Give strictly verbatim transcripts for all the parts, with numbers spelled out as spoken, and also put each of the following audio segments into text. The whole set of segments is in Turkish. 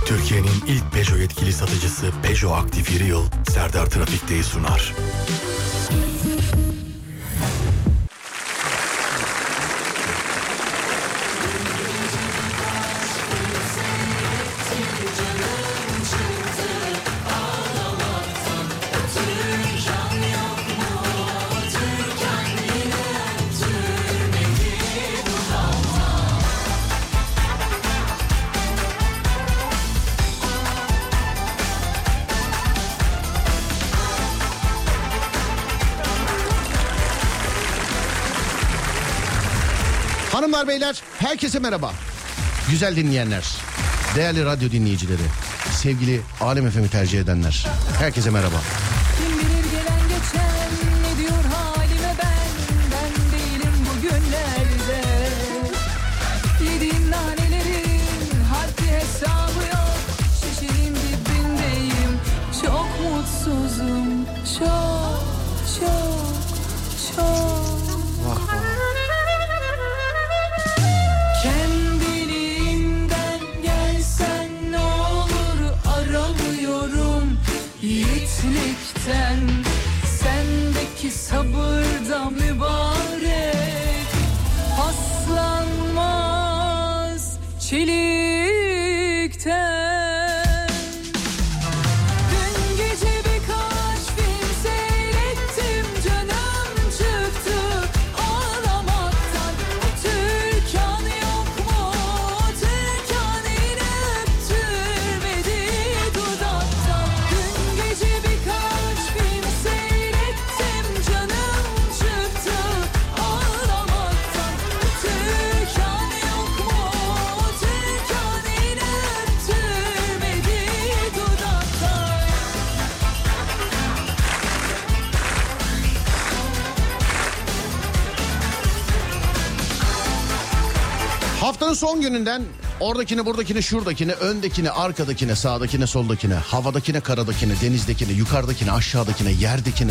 Türkiye'nin ilk Peugeot yetkili satıcısı Peugeot Aktif Yıl Serdar Trafik'teyi sunar. Hanımlar beyler, herkese merhaba. Güzel dinleyenler, değerli radyo dinleyicileri, sevgili Alem F M'i tercih edenler, herkese merhaba. Kim bilir gelen geçen ne diyor halime ben, ben değilim bugünlerde. Yediğim nanelerin haddi hesabı yok, şişenin dibindeyim. Çok mutsuzum, çok çok çok. Vah vah. Kendiliğinden gelsen ne olur, aramıyorum yiğitlikten. Sendeki sabırda mübarek paslanmaz çelikten. Dün gece birkaç film seyrettim, canım çıktı ağlamaktan. O Türkan yok mu? O Türkan inip türmedi dudaktan. Dün gece birkaç film seyrettim, canım çıktı ağlamaktan. O Türkan yok mu? O Türkan inip türmedi dudaktan. Haftanın son gününden oradakine, buradakine, şuradakine, öndekine, arkadakine, sağdakine, soldakine, havadakine, karadakine, denizdekine, yukarıdakine, aşağıdakine, yerdekine,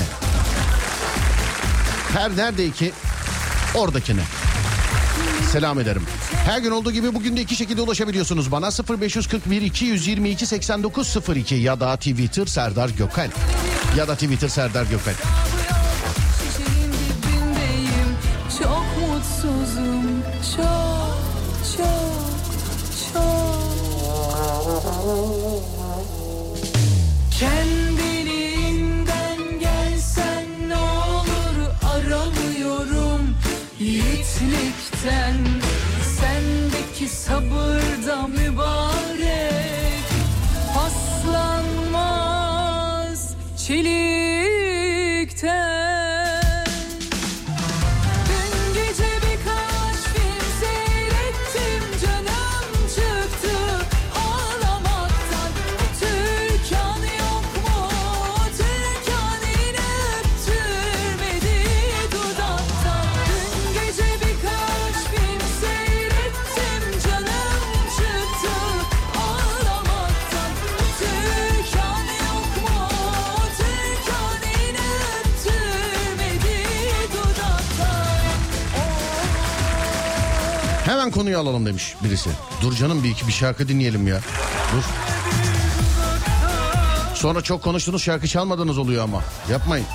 her neredeki oradakine selam ederim. Her gün olduğu gibi bugün de iki şekilde ulaşabiliyorsunuz bana. sıfır beş kırk bir iki yüz yirmi iki seksen dokuz sıfır iki ya da Twitter Serdar Gökal ya da Twitter Serdar Gökal. Şişenin dibindeyim, çok mutsuzum, çok çok çok. Kendiliğinden gelsen ne olur, aramıyorum yiğitlikten. Sendeki sabırda mübarek paslanmaz çelikten. Dün gece birkaç film seyrettim, canım çıktı ağlamaktan. O Türkan yok mu? O Türkan inip türmedi dudaktan. Dün gece birkaç film seyrettim, canım çıktı ağlamaktan. O Türkan yok mu? O Türkan inip türmedi dudaktan. Hemen konuyu alalım demiş birisi. Dur canım, bir iki bir şarkı dinleyelim ya. Dur. Sonra çok konuştuğunuz şarkı çalmadınız oluyor ama. Yapmayın.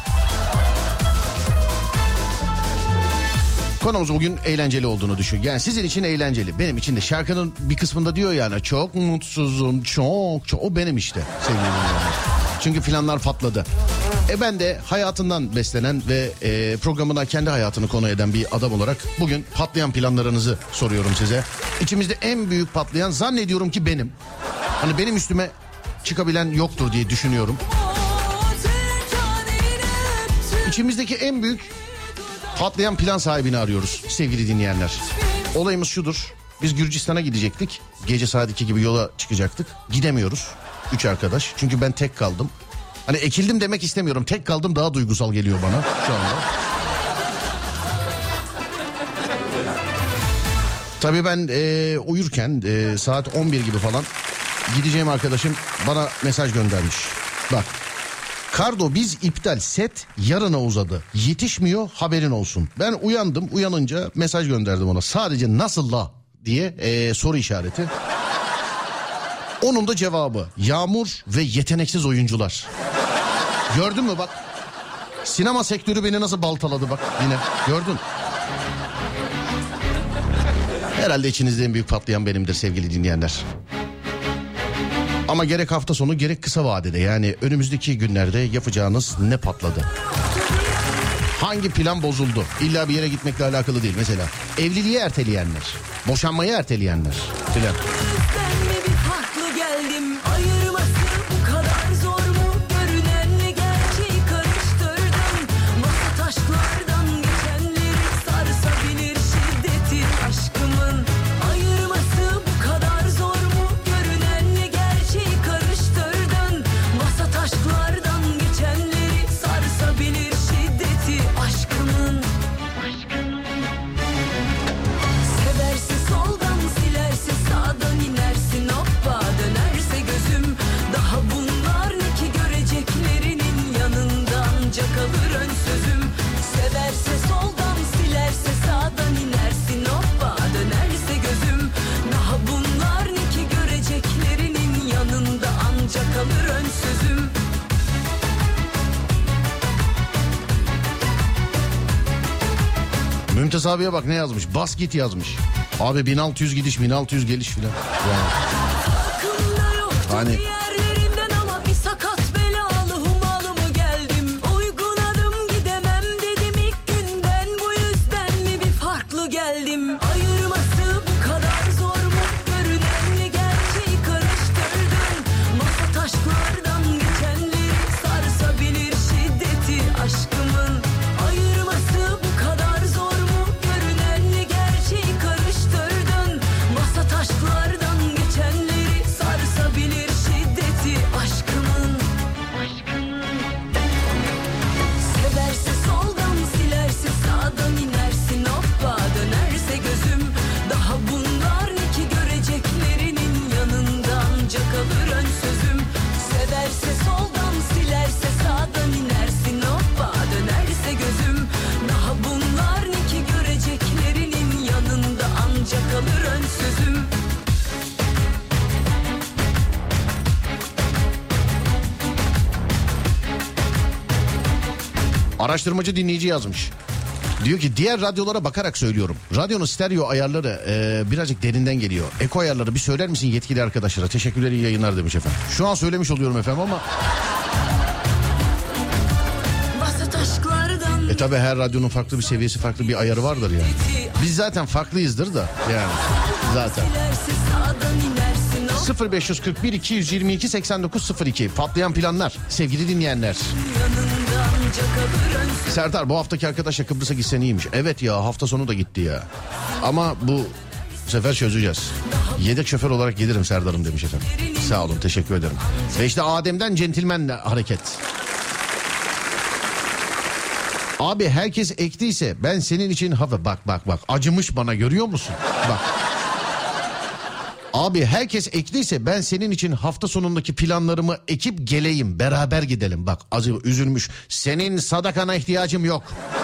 Konumuz bugün eğlenceli olduğunu düşün. Yani sizin için eğlenceli. Benim için de şarkının bir kısmında diyor yani çok mutsuzum, çok çok. O benim işte sevgili dinleyenler. Çünkü planlar patladı. E ben de hayatından beslenen ve e, programına kendi hayatını konu eden bir adam olarak bugün patlayan planlarınızı soruyorum size. İçimizde en büyük patlayan zannediyorum ki benim. Hani benim üstüme çıkabilen yoktur diye düşünüyorum. İçimizdeki en büyük patlayan plan sahibini arıyoruz sevgili dinleyenler. Olayımız şudur. Biz Gürcistan'a gidecektik. Gece saat iki gibi yola çıkacaktık. Gidemiyoruz. Üç arkadaş. Çünkü ben tek kaldım. Hani ekildim demek istemiyorum. Tek kaldım daha duygusal geliyor bana şu anda. Tabii ben e, uyurken e, saat on bir gibi falan gideceğim arkadaşım bana mesaj göndermiş. Bak. Kardo biz iptal, set yarına uzadı. Yetişmiyor, haberin olsun. Ben uyandım, uyanınca mesaj gönderdim ona. Sadece nasıl la diye e, soru işareti. Onun da cevabı yağmur ve yeteneksiz oyuncular. Gördün mü bak? Sinema sektörü beni nasıl baltaladı bak yine. Gördün. Herhalde içinizde en büyük patlayan benimdir sevgili dinleyenler. Ama gerek hafta sonu gerek kısa vadede, yani önümüzdeki günlerde yapacağınız ne patladı? Hangi plan bozuldu? İlla bir yere gitmekle alakalı değil. Mesela evliliği erteleyenler, boşanmayı erteleyenler filan. Mümtaz abiye bak ne yazmış? Bas git yazmış. Abi bin altı yüz gidiş bin altı yüz geliş filan. Yani. Hani... Araştırmacı dinleyici yazmış. Diyor ki diğer radyolara bakarak söylüyorum. Radyonun stereo ayarları e, birazcık derinden geliyor. Eko ayarları bir söyler misin yetkili arkadaşlara? Teşekkürler, iyi yayınlar demiş efendim. Şu an söylemiş oluyorum efendim ama... E tabi her radyonun farklı bir seviyesi, farklı bir ayarı vardır yani. Biz zaten farklıyızdır da yani zaten. sıfır beş kırk bir iki yüz yirmi iki seksen dokuz sıfır iki patlayan planlar sevgili dinleyenler. Serdar, bu haftaki arkadaşa Kıbrıs'a gitsen iyiymiş. Evet ya, hafta sonu da gitti ya. Ama bu sefer çözeceğiz. Yedek şoför olarak gelirim Serdar'ım demiş efendim. Sağ olun, teşekkür ederim. Ve işte Adem'den centilmenle hareket. Abi herkes ektiyse ben senin için hava bak bak bak acımış bana, görüyor musun? Bak. Abi herkes ektiyse ben senin için hafta sonundaki planlarımı ekip geleyim, beraber gidelim. Bak acı üzülmüş. Senin sadakana ihtiyacım yok.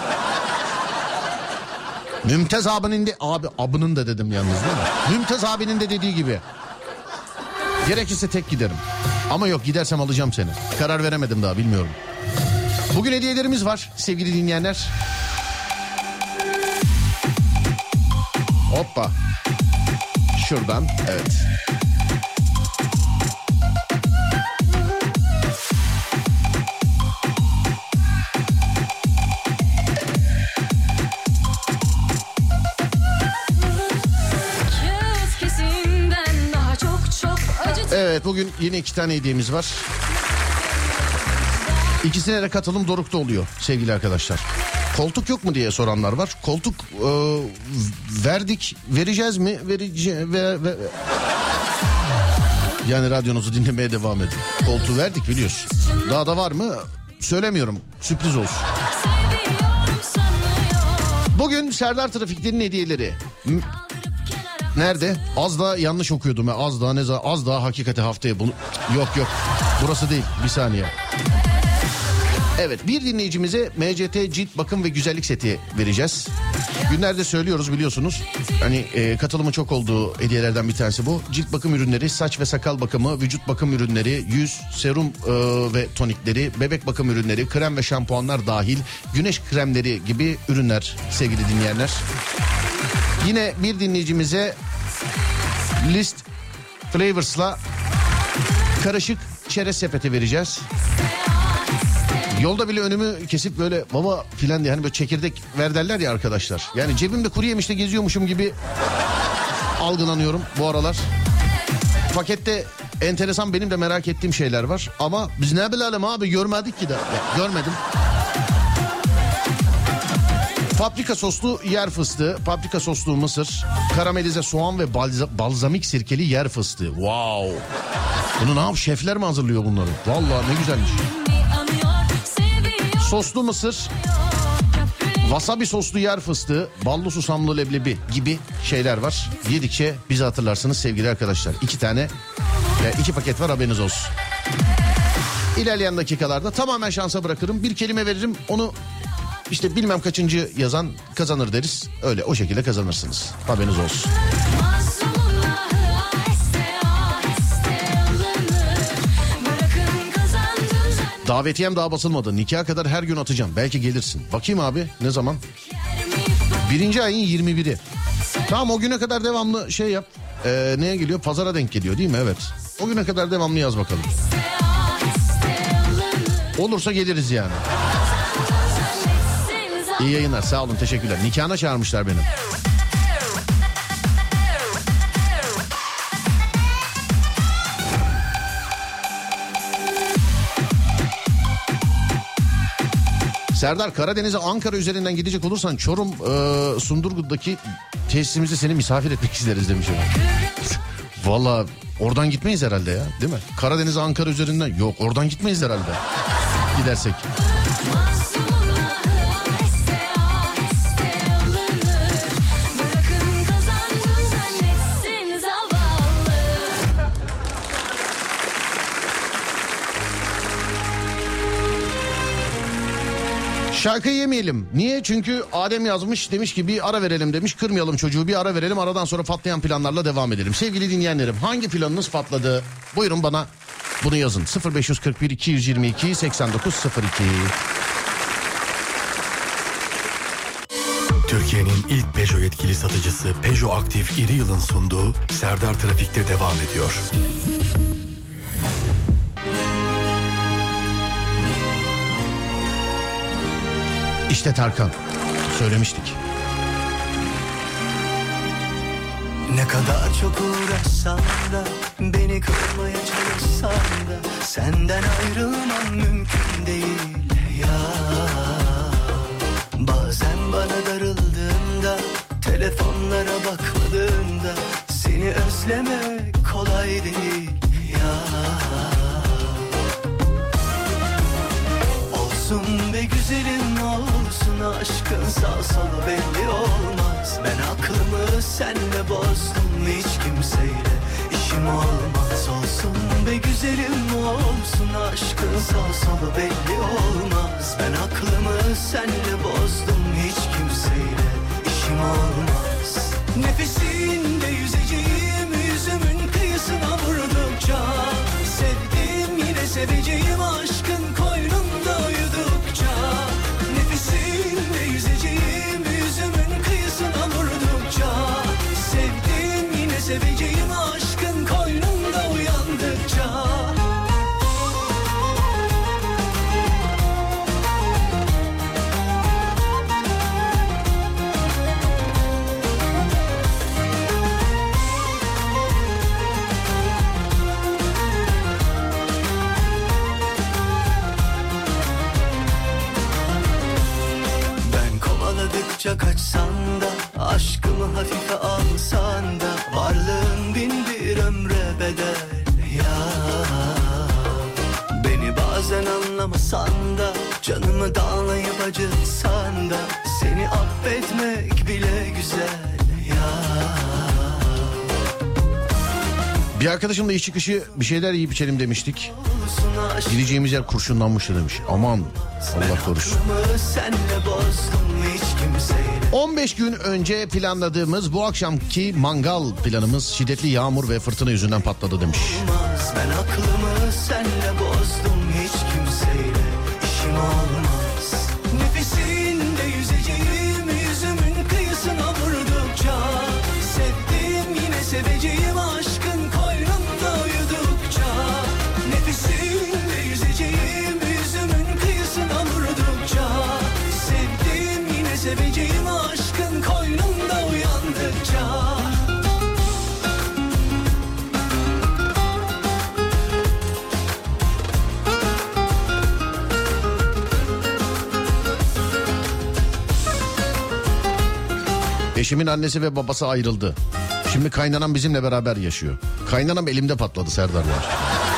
Mümtaz abinin de abi abının da dedim yalnız değil mi? Mümtaz abinin de dediği gibi. Gerekirse tek giderim. Ama yok, gidersem alacağım seni. Karar veremedim daha, bilmiyorum. Bugün hediyelerimiz var sevgili dinleyenler. Hoppa. Şuradan, evet. Evet, bugün yine iki tane hediyemiz var. İkisine de katılım Doruk'ta oluyor sevgili arkadaşlar. Koltuk yok mu diye soranlar var. Koltuk e, verdik, vereceğiz mi? Verece ve, ve... Yani radyonuzu dinlemeye devam edin. Koltuğu verdik biliyorsun. Daha da var mı? Söylemiyorum. Sürpriz olsun. Bugün Serdar Trafik'lerin hediyeleri. Nerede? Az daha yanlış okuyordum. Ya. Az daha ne zaman? Az daha hakikati haftaya bunu... Yok yok. Burası değil. Bir saniye. Evet, bir dinleyicimize M C T cilt bakım ve güzellik seti vereceğiz. Günlerde söylüyoruz biliyorsunuz. Hani e, katılımı çok olduğu hediyelerden bir tanesi bu. Cilt bakım ürünleri, saç ve sakal bakımı, vücut bakım ürünleri, yüz, serum e, ve tonikleri, bebek bakım ürünleri, krem ve şampuanlar dahil, güneş kremleri gibi ürünler sevgili dinleyenler. Yine bir dinleyicimize List Flavors'la karışık çerez sepeti vereceğiz. Yolda bile önümü kesip böyle baba filan diye hani böyle çekirdek ver derler ya arkadaşlar. Yani cebimde kuru yemişte geziyormuşum gibi algılanıyorum bu aralar. Pakette enteresan benim de merak ettiğim şeyler var. Ama biz ne bilelim abi, görmedik ki de. Ya, görmedim. Paprika soslu yer fıstığı, paprika soslu mısır, karamelize soğan ve balza- balzamik sirkeli yer fıstığı. Wow. Bunu ne yap? Şefler mi hazırlıyor bunları? Vallahi ne güzelmiş. Soslu mısır, wasabi soslu yer fıstığı, ballı susamlı leblebi gibi şeyler var. Yedikçe bizi hatırlarsınız sevgili arkadaşlar. İki tane, iki paket var, haberiniz olsun. İlerleyen dakikalarda tamamen şansa bırakırım. Bir kelime veririm, onu işte bilmem kaçıncı yazan kazanır deriz. Öyle o şekilde kazanırsınız. Haberiniz olsun. Davetiyem daha basılmadı. Nikaha kadar her gün atacağım. Belki gelirsin. Bakayım abi ne zaman? Birinci ayın yirmi biri. Tamam, o güne kadar devamlı şey yap. Ee, neye geliyor? Pazara denk geliyor değil mi? Evet. O güne kadar devamlı yaz bakalım. Olursa geliriz yani. İyi yayınlar, sağ olun, teşekkürler. Nikahına çağırmışlar beni. Serdar, Karadeniz'e Ankara üzerinden gidecek olursan Çorum e, Sundurgu'daki tesisimizi seni misafir etmek isteriz demiş. Valla oradan gitmeyiz herhalde ya, değil mi? Karadeniz'e Ankara üzerinden yok, oradan gitmeyiz herhalde gidersek. Şarkıyı yemeyelim. Niye? Çünkü Adem yazmış, demiş ki bir ara verelim demiş. Kırmayalım çocuğu, bir ara verelim. Aradan sonra patlayan planlarla devam edelim. Sevgili dinleyenlerim, hangi planınız patladı? Buyurun bana bunu yazın. sıfır beş kırk bir iki yüz yirmi iki seksen dokuz sıfır iki. Türkiye'nin ilk Peugeot yetkili satıcısı Peugeot Aktif İri Yıl'ın sunduğu Serdar Trafik'te devam ediyor. İşte Tarkan. Söylemiştik. Ne kadar çok uğraşsan da, beni kırmaya çalışsan da, senden ayrılmam mümkün değil ya. Bazen bana darıldığında, telefonlara bakmadığında, seni özlemek kolay değil ya. Olsun be güzelim, olsun aşkın sağ solu belli olmaz. Ben aklımı senle bozdum, hiç kimseyle işim olmaz. Olsun be güzelim, olsun aşkın sağ solu belli olmaz. Ben aklımı senle bozdum, hiç kimseyle işim olmaz. Nefesinde yüzeceğim, yüzümün kıyısına vurdukça, sevdim yine seveceğim, aşkın koynunda uyudukça. Nefesinde yüzeceğim, yüzümün kıyısına vurdukça, sevdim yine seveceğim, aşkın koynunda uyandıkça. Kaçsan da, aşkımı hafife alsan da, varlığın bin bir ömre bedel ya. Beni bazen anlamasan da, canımı dağlayıp acıtsan da, seni affetmek bile güzel ya. Bir arkadaşımla iş çıkışı bir şeyler yiyip içelim demiştik. Gideceğimiz yer kurşunlanmıştı demiş. Aman Allah korusun. on beş gün önce planladığımız bu akşamki mangal planımız şiddetli yağmur ve fırtına yüzünden patladı demiş. Ben aklımı senle bozdum, hiç kimseyle işim olmaz. Nefesinde yüzeceğim, yüzümün kıyısına vurdukça. Sevdim yine seveceğim, aşkın koynunda uyudukça. Nefesinde yüzeceğim, yüzümün kıyısına vurdukça. Sevdim yine seveceğim, aşkın koynunda uyandıkça. Eşimin annesi ve babası ayrıldı. Şimdi kaynanam bizimle beraber yaşıyor. Kaynanam elimde patladı Serdar var.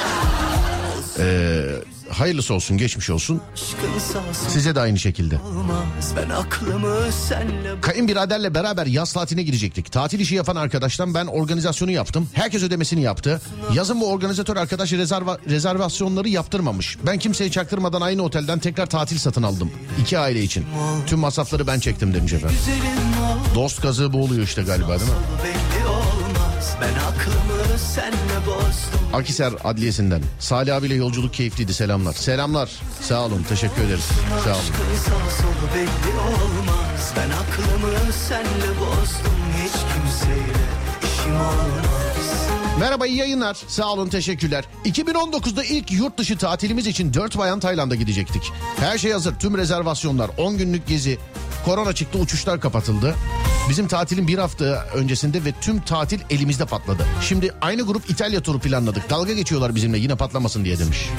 Ee, hayırlısı olsun, geçmiş olsun. Size de aynı şekilde. Ben aklımı senle... Kayınbiraderle beraber yaz tatiline gidecektik. Tatil işi yapan arkadaştan ben organizasyonu yaptım. Herkes ödemesini yaptı. Yazın bu organizatör arkadaş rezerva, rezervasyonları yaptırmamış. Ben kimseyi çaktırmadan aynı otelden tekrar tatil satın aldım. İki aile için. Tüm masrafları ben çektim demiş efendim. Dost kazığı bu oluyor işte galiba, değil mi? Ben aklımı senle bozdum. Akhisar Adliyesi'nden. Salih abiyle yolculuk keyifliydi, selamlar. Selamlar. Sağ olun, teşekkür ederiz. Sağ olun. Belli olmaz. Ben aklımı senle bozdum. Hiç kimseyle işim olmaz. Merhaba, iyi yayınlar. Sağ olun, teşekkürler. iki bin on dokuzda ilk yurt dışı tatilimiz için dört bayan Tayland'a gidecektik. Her şey hazır, tüm rezervasyonlar, on günlük gezi. Korona çıktı, uçuşlar kapatıldı. Bizim tatilin bir hafta öncesinde ve tüm tatil elimizde patladı. Şimdi aynı grup İtalya turu planladık. Dalga geçiyorlar bizimle yine patlamasın diye demiş.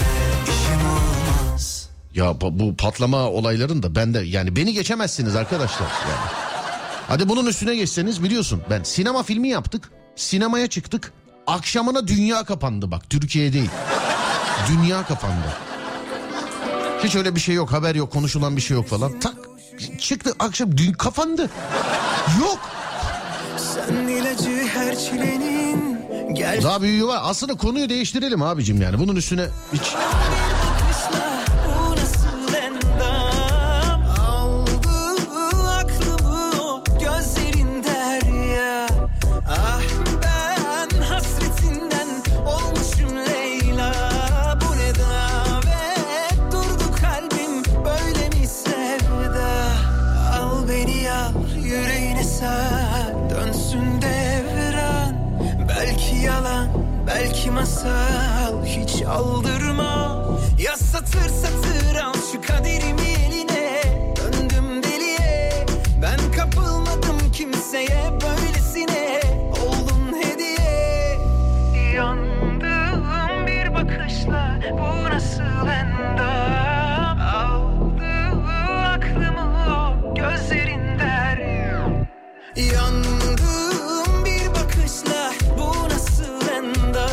Ya bu patlama olayların da bende, yani beni geçemezsiniz arkadaşlar. Yani. Hadi bunun üstüne geçseniz, biliyorsun ben sinema filmi yaptık. Sinemaya çıktık. Akşamına dünya kapandı bak, Türkiye değil. Dünya kapandı. Hiç öyle bir şey yok, haber yok, konuşulan bir şey yok falan. Tak çıktı akşam, dün kapandı. Yok. Sen ilacı her çilenin gel. Daha büyüğü var. Aslında konuyu değiştirelim abicim yani. Bunun üstüne hiç... Belki masal hiç aldırma. Ya satır satır al şu kaderimi eline. Döndüm deliye. Ben kapılmadım kimseye, böylesine oldum hediye. Yandığım bir bakışla, bu nasıl endam. Aldı aklımı o gözlerin derya. Yandığım bir bakışla, bu nasıl endam.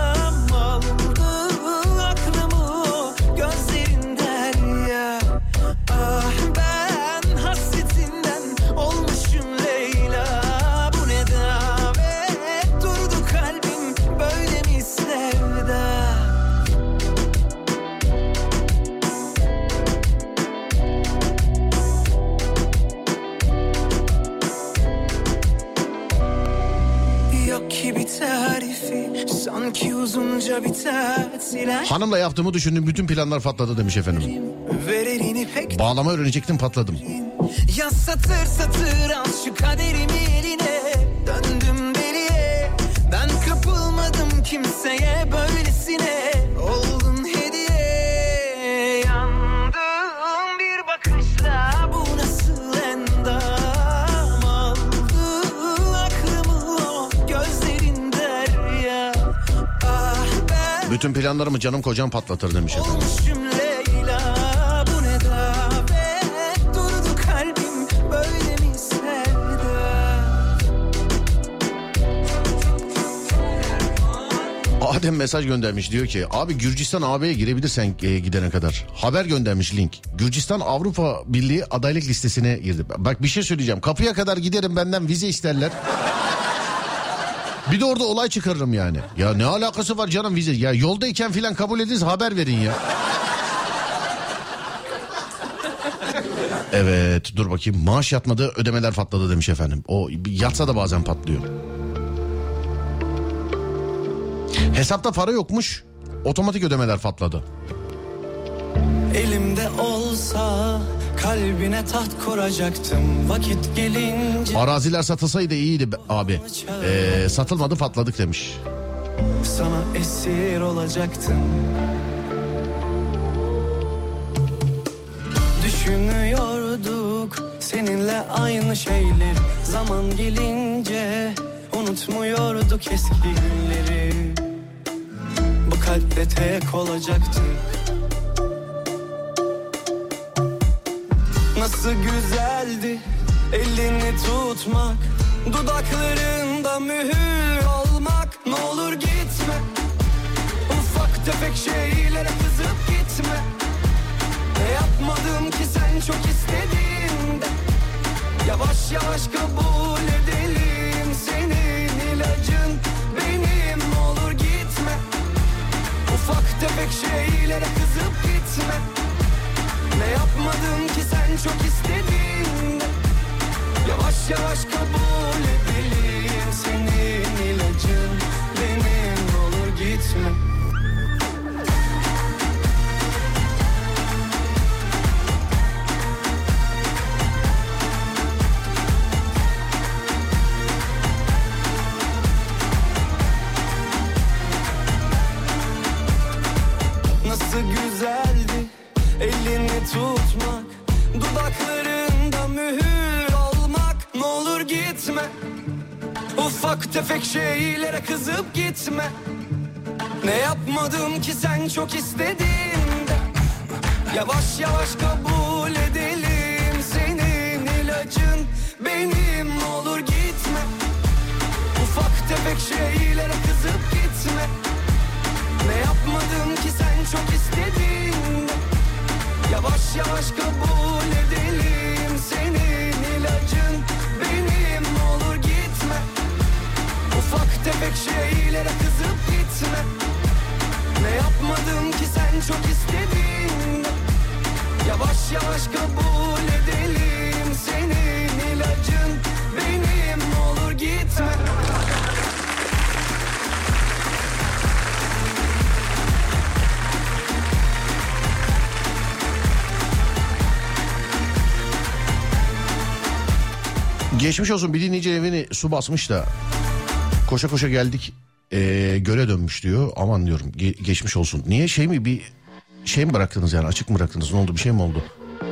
Sanki uzunca biter siler. Hanımla yaptığımı düşündüm, bütün planlar patladı demiş efendim. Bağlama öğrenecektim, patladım. Ya satır satır al şu kaderimi eline. Döndüm deliye. Ben kapılmadım kimseye, böylesine oldun hediye. Yandığım bir bakışla, bu nasıl endam. Aldı aklımı o gözlerin derya. Bütün planlarımı canım kocam patlatır demiş efendim. Olmuşum Leyla, bu ne davet, durdu kalbim böyle mi sevda. Adem mesaj göndermiş, diyor ki abi Gürcistan A B'ye girebilirsen e, gidene kadar. Haber göndermiş, link. Gürcistan Avrupa Birliği adaylık listesine girdi. Bak bir şey söyleyeceğim, kapıya kadar giderim, benden vize isterler. Bir de orada olay çıkarırım yani. Ya ne alakası var canım vize? Ya yoldayken filan kabul ediniz, haber verin ya. Evet, dur bakayım. Maaş yatmadı, ödemeler patladı demiş efendim. O yatsa da bazen patlıyor. Hesapta para yokmuş, otomatik ödemeler patladı. Elimde olsa kalbine taht kuracaktım vakit gelince. Araziler satılsaydı iyiydi abi. Ee, satılmadı, patladık demiş. Sana esir olacaktım. Düşünüyorduk seninle aynı şeyler. Zaman gelince unutmuyorduk eski günleri. Bu kalpte tek olacaktık. Nasıl güzeldi elini tutmak, dudaklarında mühür olmak. Ne olur gitme, ufak tefek şeylere kızıp gitme. Ne yapmadım ki sen çok istediğinde. Yavaş yavaş kabul edelim, senin ilacın benim. Ne olur gitme, ufak tefek şeylere kızıp gitme. Ne yapmadım ki sen çok istediğinde. Yavaş yavaş kabul edelim, senin ilacın benim. Ne olur gitme. Nasıl güzeldi elini tutmak, dudaklarında mühür olmak. Ne olur gitme, ufak tefek şeylere kızıp gitme. Ne yapmadım ki sen çok istediğinde. Yavaş yavaş kabul edelim, senin ilacın benim. Ne olur gitme, ufak tefek şeylere kızıp gitme. Ne yapmadım ki sen çok istediğinde. Yavaş yavaş kabul edelim, senin ilacın benim. Ne olur gitme, ufak tefek şeylere kızıp gitme. Ne yapmadım ki sen çok istediğinde. Yavaş yavaş kabul edelim, senin ilacın benim. Ne olur gitme. Geçmiş olsun, bir dinleyici evini su basmış da koşa koşa geldik, ee, göle dönmüş diyor. Aman diyorum, ge- geçmiş olsun. Niye, şey mi, bir şey mi bıraktınız yani, açık mı bıraktınız, ne oldu, bir şey mi oldu?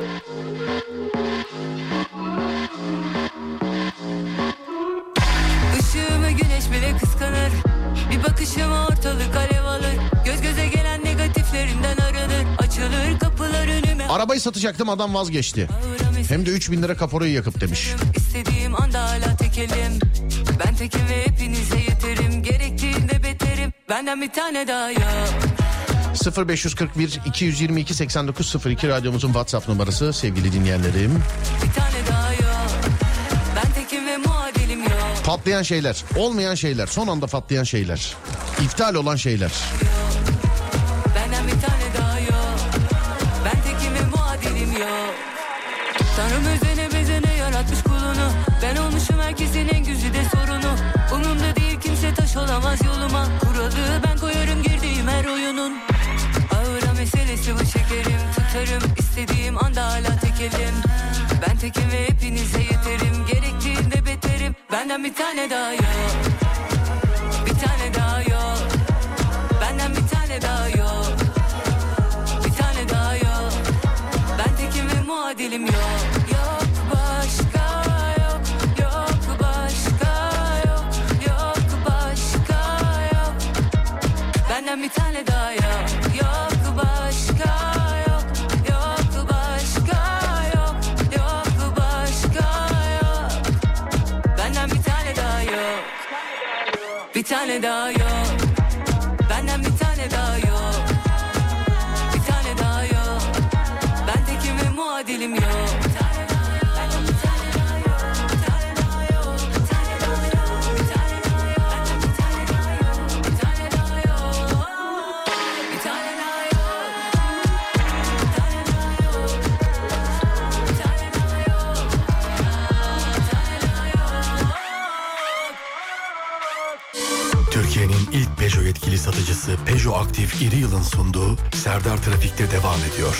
Işığımı güneş bile kıskanır, bir bakışıma ortalık alev alır. Göz göze gelen negatiflerinden aranır, açılır kapılar önüme. Arabayı satacaktım, adam vazgeçti. Hem de üç bin lira kaporayı yakıp demiş. İstediğim anda hala tekelim. Ben tekim ve hepinize yeterim. Gerektiğinde beterim. Benden bir tane daha yok. sıfır beş kırk bir iki yüz yirmi iki seksen dokuz sıfır iki radyomuzun WhatsApp numarası sevgili dinleyenlerim. Bir tane daha yok. Ben tekim ve muadilim yok. Patlayan şeyler, olmayan şeyler, son anda patlayan şeyler, iptal olan şeyler. Benden bir tane daha yok. Ben tekim ve muadilim yok. Tanrım özene bezene yaratmış kulunu. Ben olmuşum herkesin en güzide sorunu. Umurumda değil kimse taş olamaz yoluma. Kuralı ben koyarım girdiğim her oyunun. Ağıra meselesi bu, çekerim tutarım. İstediğim anda hala tekelim. Ben tekim ve hepinize yeterim. Gerektiğinde beterim. Benden bir tane daha yok. Bir tane daha yok. Benden bir tane daha yok. Bir tane daha yok. Ben tekim ve muadilim yok. Yok başka yok. Yok başka yok. Yok başka yok. Benden bir tane daha yok. Yok başka yok. Yok başka yok. Yok başka yok. Benden bir tane daha yok. Bir tane daha yok. Benden bir tane daha yok. Bir tane daha yok. Ben tekim ve muadilim yok. satıcısı Peugeot Aktif İri Yıl'ın sunduğu Serdar Trafik'te devam ediyor.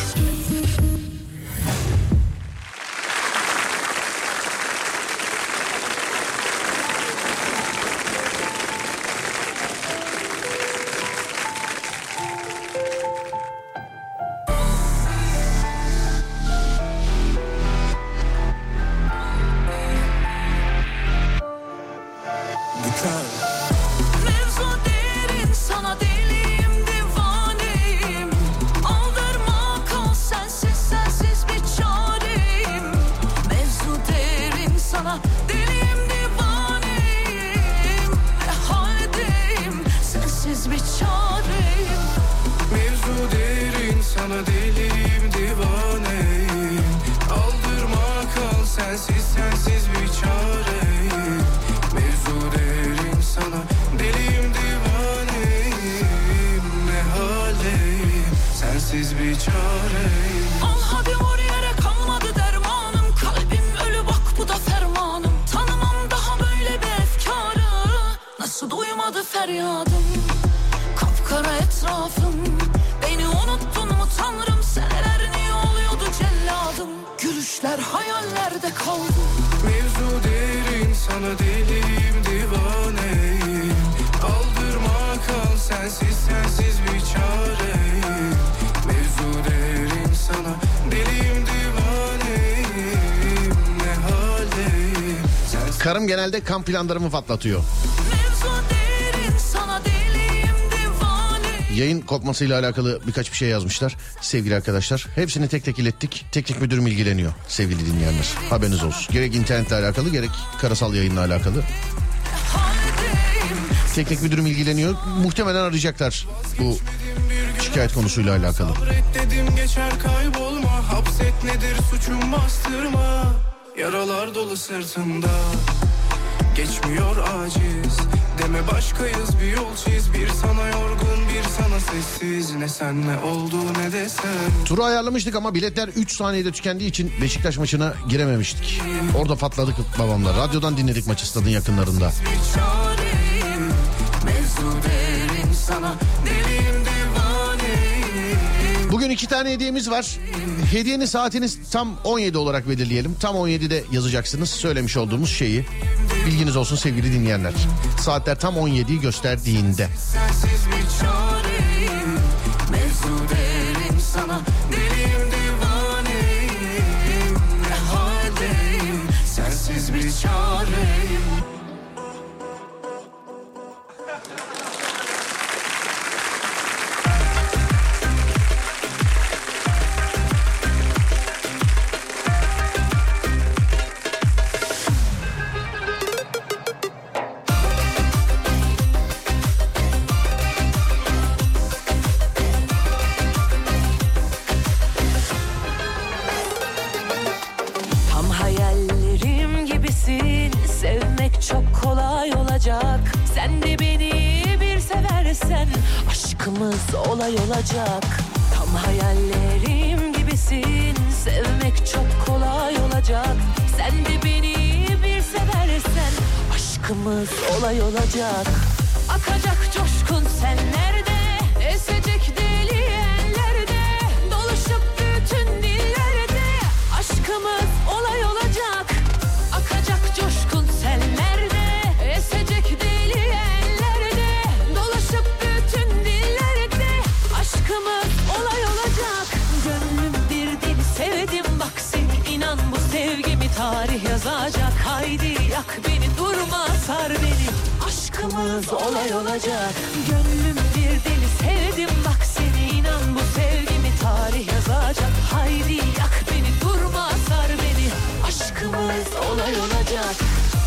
Karım genelde kamp planlarımı patlatıyor. Yayın kopmasıyla alakalı birkaç bir şey yazmışlar sevgili arkadaşlar. Hepsini tek tek ilettik. Teknik müdürüm ilgileniyor sevgili dinleyenler. Haberiniz olsun. Gerek internetle alakalı gerek karasal yayınla alakalı. Teknik müdürüm ilgileniyor. Muhtemelen arayacaklar bu şikayet konusuyla alakalı. Sabretledim geçer kaybolma. Hapset nedir suçum bastırma. Yaralar dolu sırtımda. Geçmiyor aciz. Deme başkayız bir yol çiz. Bir sana yorgun bir sana sessiz. Ne sen ne oldu ne de sen. Turu ayarlamıştık ama biletler üç saniyede tükendiği için Beşiktaş maçına girememiştik. Orada patladık babamla. Radyodan dinledik maçı stadın yakınlarında. Bugün iki tane hediyemiz var. Hediyenin saatiniz tam on yedi olarak belirleyelim. Tam on yedide yazacaksınız söylemiş olduğumuz şeyi. Bilginiz olsun sevgili dinleyenler. Saatler tam on yediyi gösterdiğinde. Sensiz bir çareyim. Sen de beni bir seversen aşkımız olay olacak. Tam hayallerim gibisin, sevmek çok kolay olacak. Sen de beni bir seversen aşkımız olay olacak. Akacak coşkun senlerde, esecek deli ellerde, dolaşıp bütün dillerde aşkımız olay olacak. Akacak coşkun senlerde, esecek deli ellerde, dolaşıp bütün dillerde aşkımız olay olacak. Gönlüm bir deli sevdim bak sen, inan bu sevgimi tarih yazacak. Haydi yak beni, durma sar beni, aşkımız olay olacak. Gönlüm bir deli sevdim bak seni, inan bu sevgimi tarih yazacak. Haydi yak beni, durma sar beni, aşkımız olay olacak.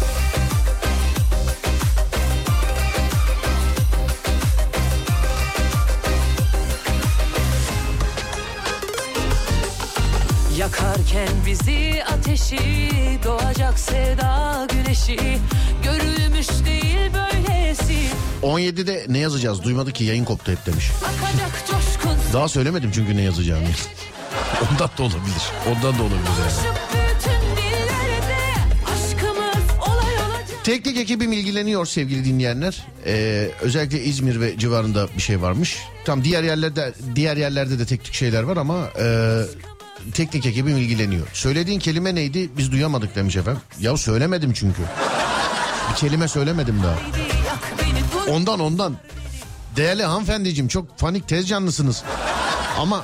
Yakarken bizi ateşi, doğacak sevda güneşi, görülmüş değil böylesi. on yedide ne yazacağız? Duymadı ki, yayın koptu hep demiş. Akacak coşkun. Daha söylemedim çünkü ne yazacağımı. Ondan da olabilir. Ondan da olabilir yani. Teknik ekibim ilgileniyor sevgili dinleyenler. Ee, özellikle İzmir ve civarında bir şey varmış. Tam diğer yerlerde diğer yerlerde de teknik şeyler var ama e, teknik ekibim ilgileniyor. Söylediğin kelime neydi? Biz duyamadık demiş efendim. Ya söylemedim çünkü. Bir kelime söylemedim daha. Ondan ondan. Değerli hanımefendiciğim, çok panik tez canlısınız. Ama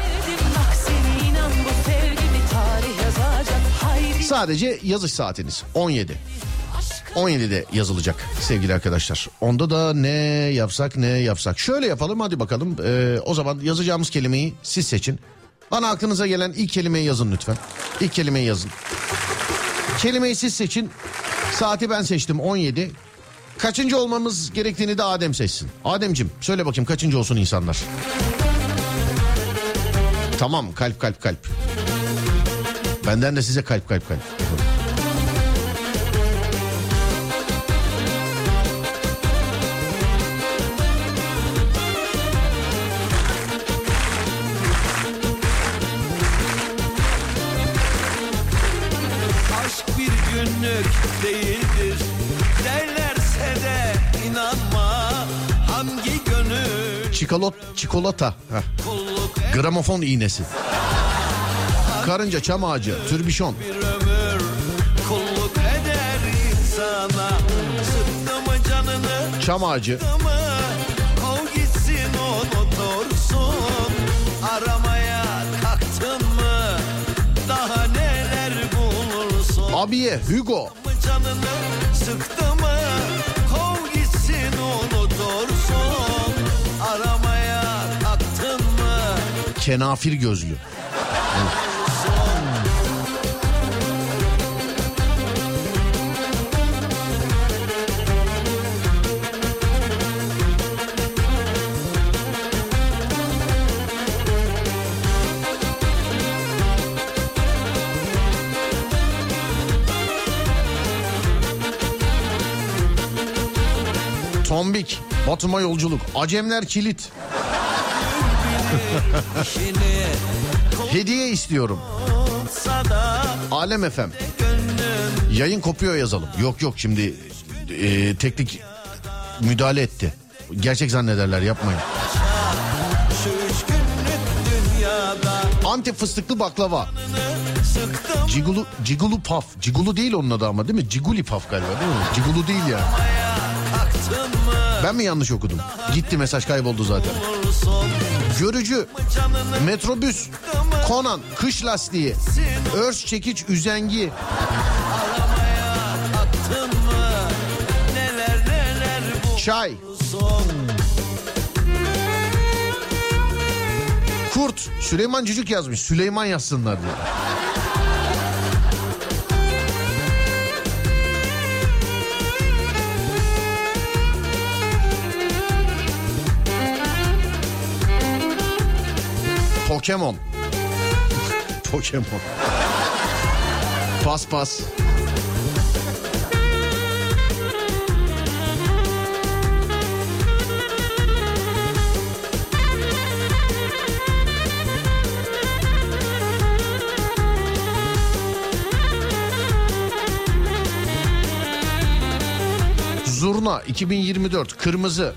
sadece yazış saatiniz on yedi. on yedide yazılacak sevgili arkadaşlar. Onda da ne yapsak ne yapsak. Şöyle yapalım, hadi bakalım. Ee, o zaman yazacağımız kelimeyi siz seçin. Bana aklınıza gelen ilk kelimeyi yazın lütfen. İlk kelimeyi yazın. Kelimeyi siz seçin. Saati ben seçtim on yedi. Kaçıncı olmamız gerektiğini de Adem seçsin. Ademciğim söyle bakayım, kaçıncı olsun insanlar? Tamam, kalp kalp kalp. Benden de size kalp kalp kalp. Aşk bir günlük değildir derlerse de inanma. Hangi gönül Çikolot, çikolata. Heh. kulluk Gramofon iğnesi. Karınca, çam ağacı, türbişon. bir ömür kulluk eder insana. Sıktı mı canını, Çam ağacı. sıktı mı kov gitsin unutursun. Aramaya kalktın mı daha neler bulursun. Abiye, Hugo. Canını sıktı mı kov gitsin unutursun. Aramaya kalktın mı Kenafir gözlü. Tombik, Batum'a yolculuk. Acemler kilit. işini Hediye istiyorum. tutsa da Alem F M. gönlüm Yayın kopuyor yazalım. Yok yok, şimdi e, teknik müdahale etti. Gerçek zannederler, yapmayın. şu üç günlük dünyada Antep fıstıklı baklava. sıktım Cigulu, cigulu paf. Cigulu değil onun adı ama, değil mi? Ciguli paf galiba, değil mi? Cigulu değil ya. kalktın mı Ben mi yanlış okudum? Gitti, mesaj kayboldu zaten. olursun. Görücü, Canını metrobüs, Konan, kış lastiği, örs çekiç üzengi, kalktın mı neler neler çay, bulursun. kurt. Süleyman Cücük yazmış. Süleyman yazsınlar diye. Pokemon. Pokemon. Pas pas. Zurna iki bin yirmi dört kırmızı.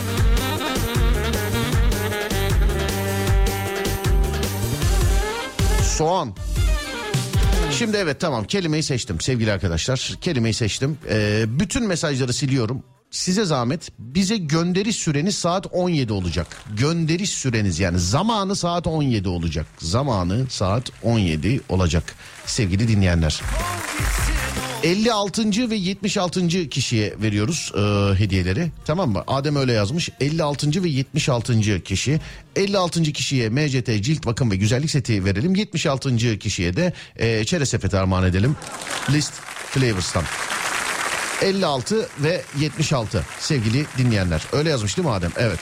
Soğan. Şimdi evet, tamam, kelimeyi seçtim sevgili arkadaşlar. Kelimeyi seçtim. Ee, bütün mesajları siliyorum. Size zahmet, bize gönderiş süreniz saat on yedi olacak. Gönderiş süreniz, yani zamanı saat on yedi olacak. Zamanı saat on yedi olacak sevgili dinleyenler. elli altıncı ve yetmiş altıncı kişiye veriyoruz e, hediyeleri, tamam mı? Adem öyle yazmış. elli altıncı ve yetmiş altıncı kişi. elli altıncı kişiye M C T cilt bakım ve güzellik seti verelim. yetmiş altıncı kişiye de e, çerez sepeti armağan edelim. List Flavors'tan. elli altı ve yetmiş altı sevgili dinleyenler. Öyle yazmış değil mi Adem? Evet.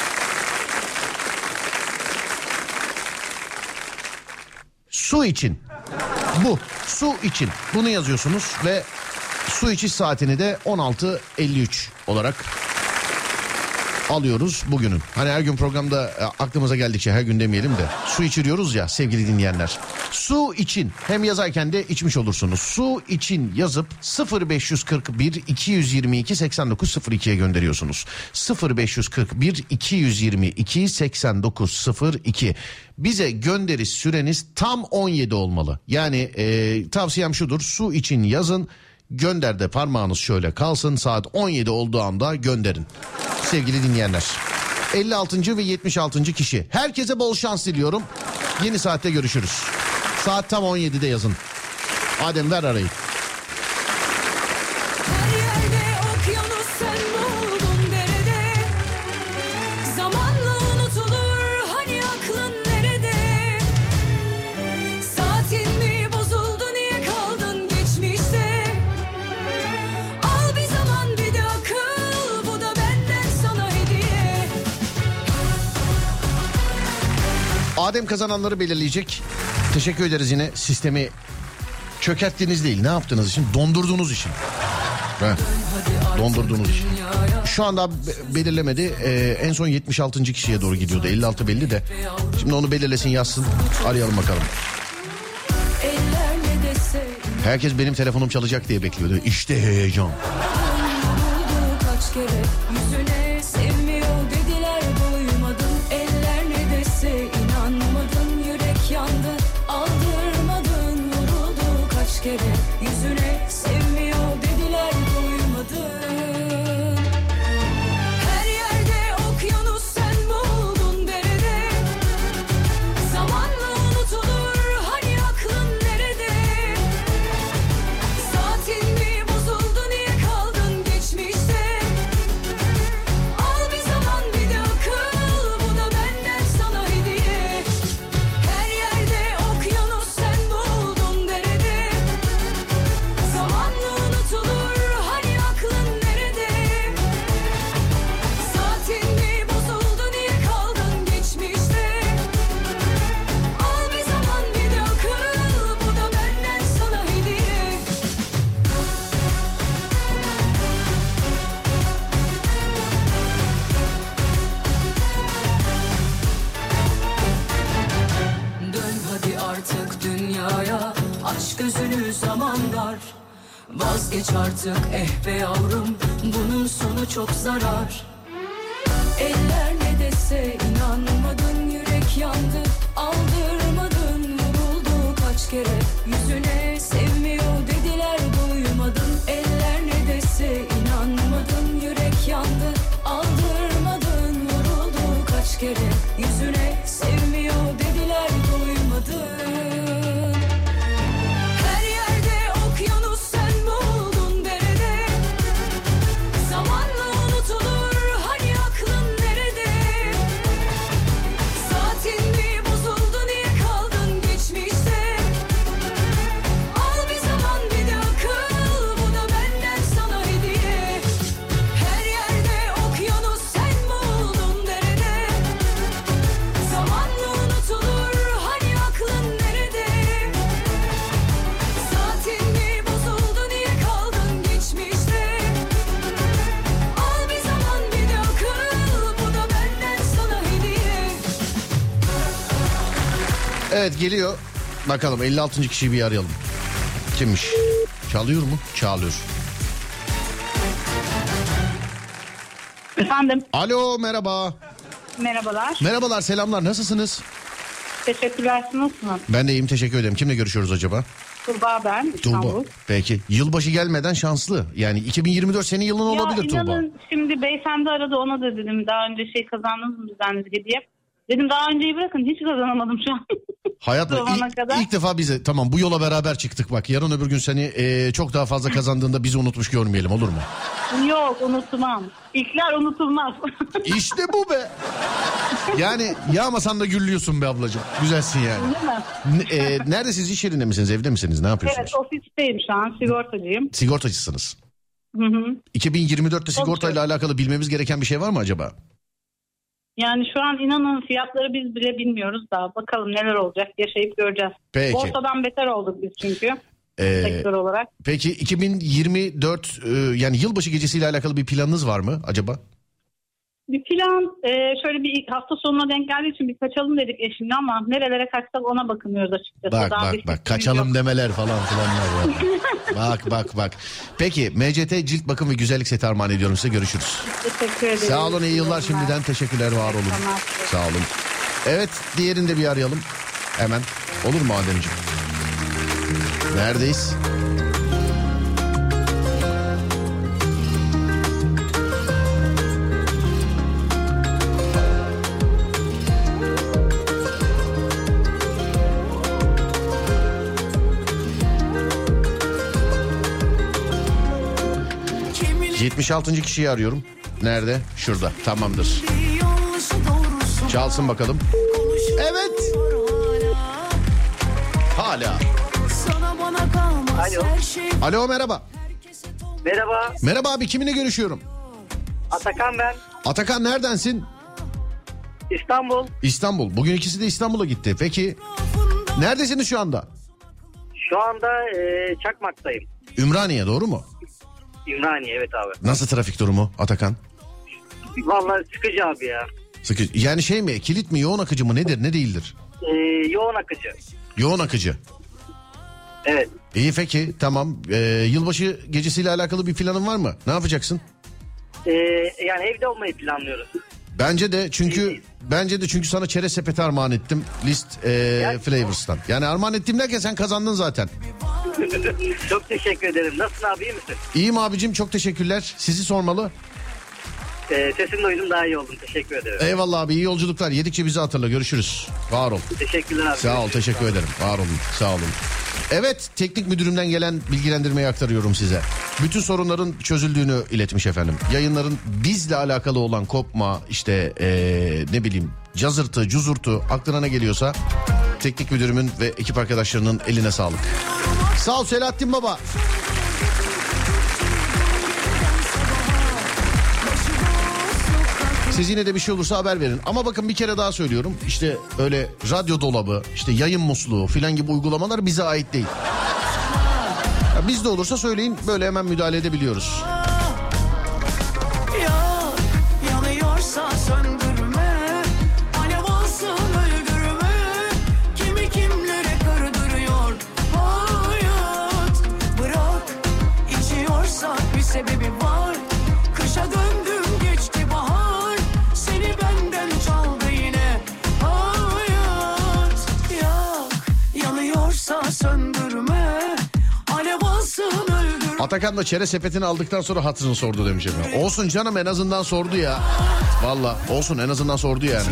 Su için. Bu su için bunu yazıyorsunuz ve su içiş saatini de on altı elli üç olarak alıyoruz bugünün. Hani her gün programda e, aklımıza geldikçe, her gün demeyelim de su içiriyoruz ya sevgili dinleyenler. Su için hem yazarken de içmiş olursunuz. Su için yazıp sıfır beş kırk bir iki yüz yirmi iki seksen dokuz sıfır iki'ye gönderiyorsunuz. sıfır beş kırk bir iki yüz yirmi iki seksen dokuz sıfır iki. Bize gönderi süreniz tam on yedi olmalı. Yani e, tavsiyem şudur: su için yazın, gönderde parmağınız şöyle kalsın, saat on yedi olduğu anda gönderin sevgili dinleyenler. elli altıncı ve yetmiş altıncı kişi, herkese bol şans diliyorum. Yeni saatte görüşürüz. Saat tam on yedide yazın. Adem ver arayı. Adem kazananları belirleyecek. Teşekkür ederiz yine, sistemi çökerttiğiniz değil, ne yaptığınız için, dondurduğunuz için. Heh. Dondurduğunuz için. Şu anda be- belirlemedi. Ee, en son yetmiş altıncı kişiye doğru gidiyordu. elli altı belli de. Şimdi onu belirlesin, yazsın. Arayalım bakalım. Herkes benim telefonum çalacak diye bekliyordu. İşte heyecan. Yüzüne sevmiyor dediler, duymadın. Her yerde okyanus, sen buldun derede. Zamanla unutulur hani aklın nerede? Saatin mi bozuldu, niye kaldın geçmişte? Al bir zaman bir de akıl, bu da benden sana hediye. Her yerde okyanus, sen buldun derede. Zamanla unutulur hani aklın nerede? Saatin mi bozuldu, niye kaldın geçmişte? Al bir zaman bir de akıl, bu da benden sana hediye. Dön hadi artık dünyaya, aç gözünü, zaman dar. Vazgeç artık eh be yavrum, bunun sonu çok zarar. Eller ne dese inanmadın, yürek yandı, aldırmadın. Vuruldu kaç kere yüzüne, sevmiyor dediler, duymadın. Eller ne dese inanmadın, yürek yandı, aldırmadın. Vuruldu kaç kere yüzüne, sevmiyor dediler, duymadın. Her yerde okyanus, sen buldun derede. Zamanla unutulur hani aklın nerede? Saatin mi bozuldu, niye kaldın geçmişte? Al bir zaman bir de akıl, bu da benden sana hediye. Her yerde okyanus, sen buldun derede. Zamanla unutulur hani aklın nerede? Saatin mi bozuldu, niye kaldın geçmişte? Al bir zaman bir de akıl, bu da benden sana hediye. Evet, geliyor. Bakalım elli altıncı kişiyi bir arayalım. Kimmiş? Çalıyor mu? Çalıyor. Efendim, Alo, merhaba. merhabalar. Merhabalar, selamlar, nasılsınız? Teşekkürler, siz nasılsınız? Ben de iyiyim, teşekkür ederim. Kimle görüşüyoruz acaba? Tuğba ben, İstanbul. Tuğba. Peki, yılbaşı gelmeden şanslı. Yani iki bin yirmi dört senin yılın olabilir Tuğba. Ya inanın şimdi beyefendi aradı, ona da dedim daha önce şey kazandınız mı bizden diye. Dedim daha önceyi bırakın, hiç kazanamadım şu an. Hayatım Zamana ilk, kadar. ilk defa bize tamam bu yola beraber çıktık bak. Yarın öbür gün seni e, çok daha fazla kazandığında bizi unutmuş görmeyelim, olur mu? Yok, unutmam. İlkler unutulmaz. İşte bu be. Yani yağmasan da gürlüyorsun be ablacığım. Güzelsin yani. Değil mi? N- e, nerede, siz iş yerinde misiniz, evde misiniz, ne yapıyorsunuz? Evet, ofisteyim şu an, sigortacıyım. Sigortacısınız. Hı hı. iki bin yirmi dörtte sigortayla alakalı bilmemiz gereken bir şey var mı acaba? Yani şu an inanın fiyatları biz bile bilmiyoruz da bakalım neler olacak, yaşayıp göreceğiz. Peki. Borsadan beter olduk biz çünkü Ee, sektör olarak. Peki iki bin yirmi dört e, yani yılbaşı gecesiyle alakalı bir planınız var mı acaba? Bir plan e, şöyle bir hafta sonuna denk geldiği için bir kaçalım dedik eşimle ama nerelere kaçsak ona bakınıyoruz açıkçası. Bak Daha bak bir bak kaçalım yok. demeler falan filanlar var. Bak bak bak. Peki M C T cilt bakım ve güzellik seti armağan ediyorum size, görüşürüz. Teşekkür ederim. Sağ olun, iyi yıllar şimdiden, teşekkürler, var olun. Tamam. Sağ olun. Evet, diğerini de bir arayalım hemen, olur mu Ademciğim? Neredeyiz? yetmiş altıncı kişiyi arıyorum. Nerede? Şurada. Tamamdır. Çalsın bakalım. Evet. Hala. Alo. Alo, merhaba. Merhaba. Merhaba abi, kiminle görüşüyorum? Atakan ben. Atakan, neredensin? İstanbul. İstanbul. Bugün ikisi de İstanbul'a gitti. Peki neredesiniz şu anda? Şu anda e, Çakmak'tayım. Ümraniye, doğru mu? Ümraniye, evet abi. Nasıl trafik durumu Atakan? Vallahi sıkıcı abi ya. Sıkıcı. Yani şey mi, kilit mi, yoğun akıcı mı, nedir, ne değildir? E, yoğun akıcı. Yoğun akıcı. Evet. İyi, peki, tamam. Ee, yılbaşı gecesiyle alakalı bir planın var mı? Ne yapacaksın? E, yani evde olmayı planlıyoruz. Bence de çünkü bence de çünkü sana çerez sepeti armağan ettim. List e, Flavors'tan. Yani armağan ettim derken sen kazandın zaten. Çok teşekkür ederim. Nasılsın abi, iyi misin? İyiyim abicim, çok teşekkürler. Sizi sormalı. E, sesini duydum, daha iyi oldum. Teşekkür ederim. Eyvallah abi, iyi yolculuklar. Yedikçe bizi hatırla, görüşürüz. Var ol. Teşekkürler abi. Sağ ol, teşekkür ederim. Var olun, sağ olun. Evet, teknik müdürümden gelen bilgilendirmeyi aktarıyorum size. Bütün sorunların çözüldüğünü iletmiş efendim. Yayınların bizle alakalı olan kopma, işte ee, ne bileyim cazırtı, cuzurtu, aklına ne geliyorsa teknik müdürümün ve ekip arkadaşlarının eline sağlık. Sağ ol Selahattin Baba. Siz yine de bir şey olursa haber verin. Ama bakın, bir kere daha söylüyorum. İşte öyle radyo dolabı, işte yayın musluğu filan gibi uygulamalar bize ait değil. Ya bizde olursa söyleyin, böyle hemen müdahale edebiliyoruz. Yanıyorsa söndürme, alev olsun öldürme, kimi kimlere kırdırıyor hayat. Bırak, içiyorsa bir sebebi var. Kışa döndüm, geçti bahar, seni benden çaldı yine hayat. Yak, yanıyorsa söndürme, alev olsun öldürme. Atakan da çerez sepetini aldıktan sonra hatırını sordu demiş efendim. Olsun canım, en azından sordu ya. Valla olsun, en azından sordu yani.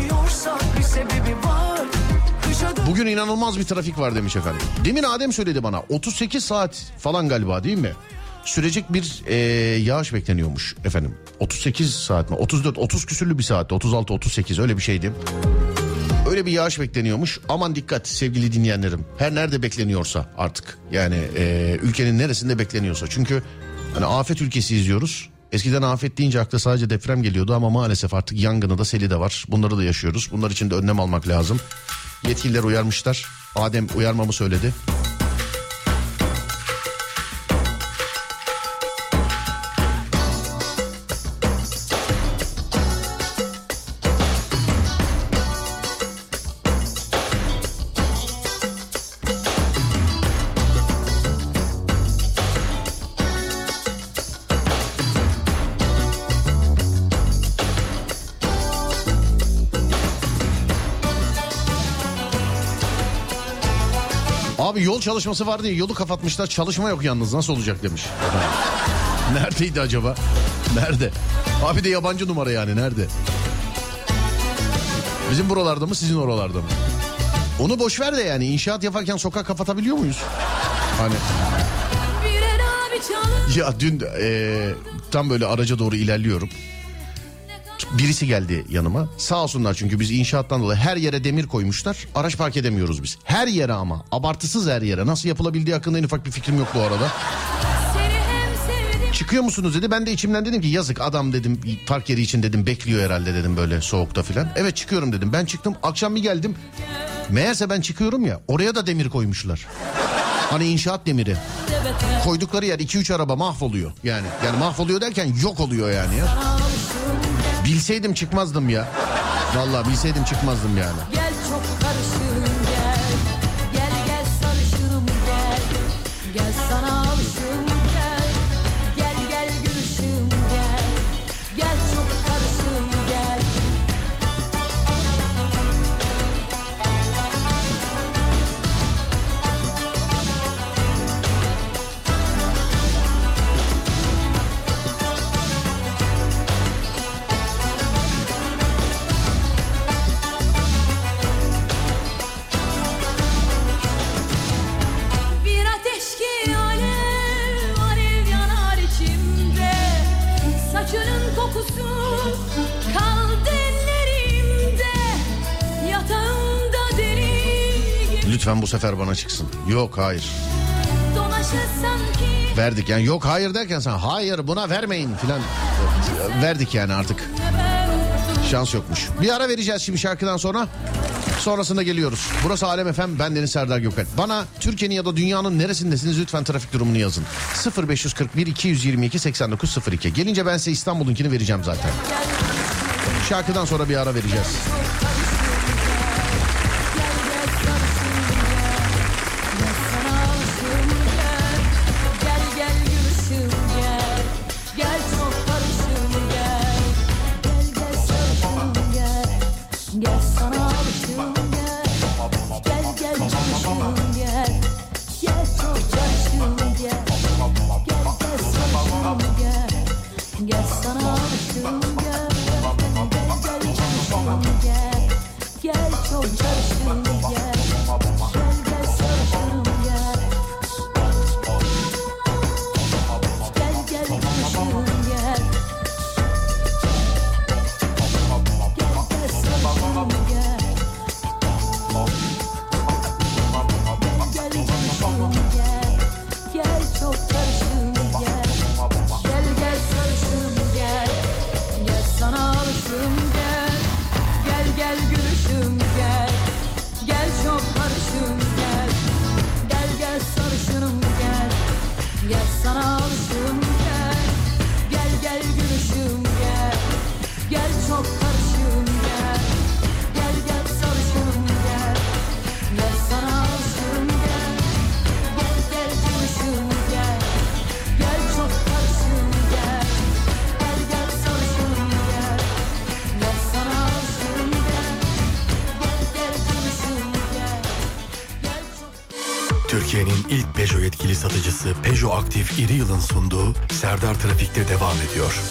Bugün inanılmaz bir trafik var demiş efendim. Demin Adem söyledi bana, otuz sekiz saat falan galiba, değil mi? Sürecek bir e, yağış bekleniyormuş efendim. otuz sekiz saat mi? otuz dört otuz küsürlü bir saatte, otuz altı otuz sekiz öyle bir şeydi. Öyle bir yağış bekleniyormuş. Aman dikkat sevgili dinleyenlerim. Her nerede bekleniyorsa artık. Yani e, ülkenin neresinde bekleniyorsa. Çünkü hani afet ülkesi izliyoruz. Eskiden afet deyince akla sadece deprem geliyordu ama maalesef artık yangını da, seli de var. Bunları da yaşıyoruz. Bunlar için de önlem almak lazım. Yetkililer uyarmışlar. Adem uyarmamı söyledi. Abi yol çalışması var diye yolu kapatmışlar. Çalışma yok yalnız, nasıl olacak demiş. Neredeydi acaba? Nerede? Abi de yabancı numara yani, nerede? Bizim buralarda mı, sizin oralarda mı? Onu boş ver de yani, inşaat yaparken sokak kapatabiliyor muyuz? Hani... Ya dün e, tam böyle araca doğru ilerliyorum. Birisi geldi yanıma. Sağ olsunlar, çünkü biz inşaattan dolayı her yere demir koymuşlar. Araç park edemiyoruz biz. Her yere ama. Abartısız her yere. Nasıl yapılabildiği hakkında en ufak bir fikrim yok bu arada. Çıkıyor musunuz dedi. Ben de içimden dedim ki yazık adam dedim, park yeri için dedim, bekliyor herhalde dedim böyle soğukta filan. Evet çıkıyorum dedim. Ben çıktım, akşam bir geldim. Meğerse ben çıkıyorum ya, oraya da demir koymuşlar. Hani inşaat demiri. Koydukları yer iki üç araba mahvoluyor. Yani yani mahvoluyor derken yok oluyor yani ya. Bilseydim çıkmazdım ya. Vallahi bilseydim çıkmazdım yani. Gel çok karışığım gel. Gel gel sarışınım gel. Gel sana alışım gel. Gel gel gülüşüm gel. Gel çok karışığım gel. Bir ateş ki alev alev yanar içimde. Saçının kokusu kaldı ellerimde. Yatağımda deli gibi Lütfen bu sefer bana çıksın. Yok hayır. dolaşırsan ki Verdik yani, yok hayır derken sen hayır buna vermeyin filan. Verdik yani artık. Şans yokmuş. Bir ara vereceğiz şimdi şarkıdan sonra. Sonrasında geliyoruz. Burası Alem F M, ben Deniz Serdar Gökalp. Bana Türkiye'nin ya da dünyanın neresindesiniz lütfen trafik durumunu yazın. sıfır beş kırk bir iki yüz yirmi iki seksen dokuz sıfır iki. Gelince ben size İstanbul'unkini vereceğim zaten. Şarkıdan sonra bir ara vereceğiz. gel gel gülüşüm gel. Gel çok karışım gel. Gel gel sarışım gel. Gel sana alışım gel. Gel gel gülüşüm gel. Gel çok karışım gel. Gel gel sarışım gel. Gel sana alışım gel. Gel gel gülüşüm gel. Gel çok karışım gel. Gel gel sarışım gel. Gel gel gülüşüm gel. Gel gel sarışım gel. Gel gel gülüşüm gel. Gel çok karışım gel. Gel gel sarışım gel. Gel sana alışım gel. Gel gel gülüşüm gel. Gel çok karışım gel. Gel gel sarışınım gel. Gel sana alışım gel. Gel gel gülüşüm gel. Gel çok karışım gel. Gel gel sarışınım gel. Gel sana alışım gel. Gel gel gülüşüm gel. Gel çok karışım gel. Gel gel sarışınım gel. Gel sana alışım gel. Gel gel gülüşüm gel. Gel çok Türkiye'nin ilk Peugeot yetkili satıcısı Peugeot Aktif İri Yıl'ın sunduğu Serdar Trafik'te devam ediyor.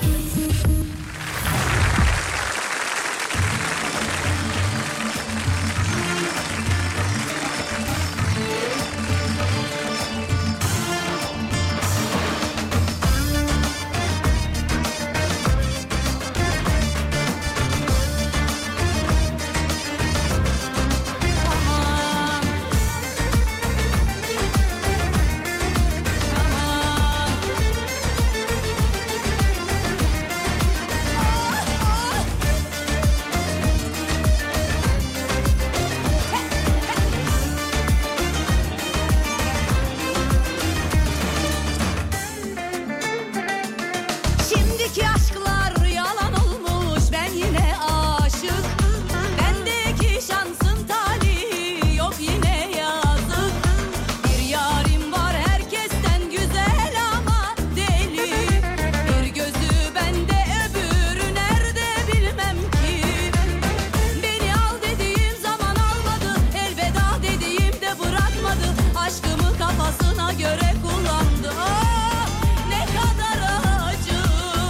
Şimdiki aşklar yalan olmuş, ben yine aşık. Bendeki şansın talihi yok yine yazık. Bir yarim var herkesten güzel ama deli. Bir gözü bende öbürü nerede bilmem ki. Beni al dediğim zaman almadı, elveda dediğimde bırakmadı. Aşkımı kafasına göre kullandı. Ah, ne kadar acı.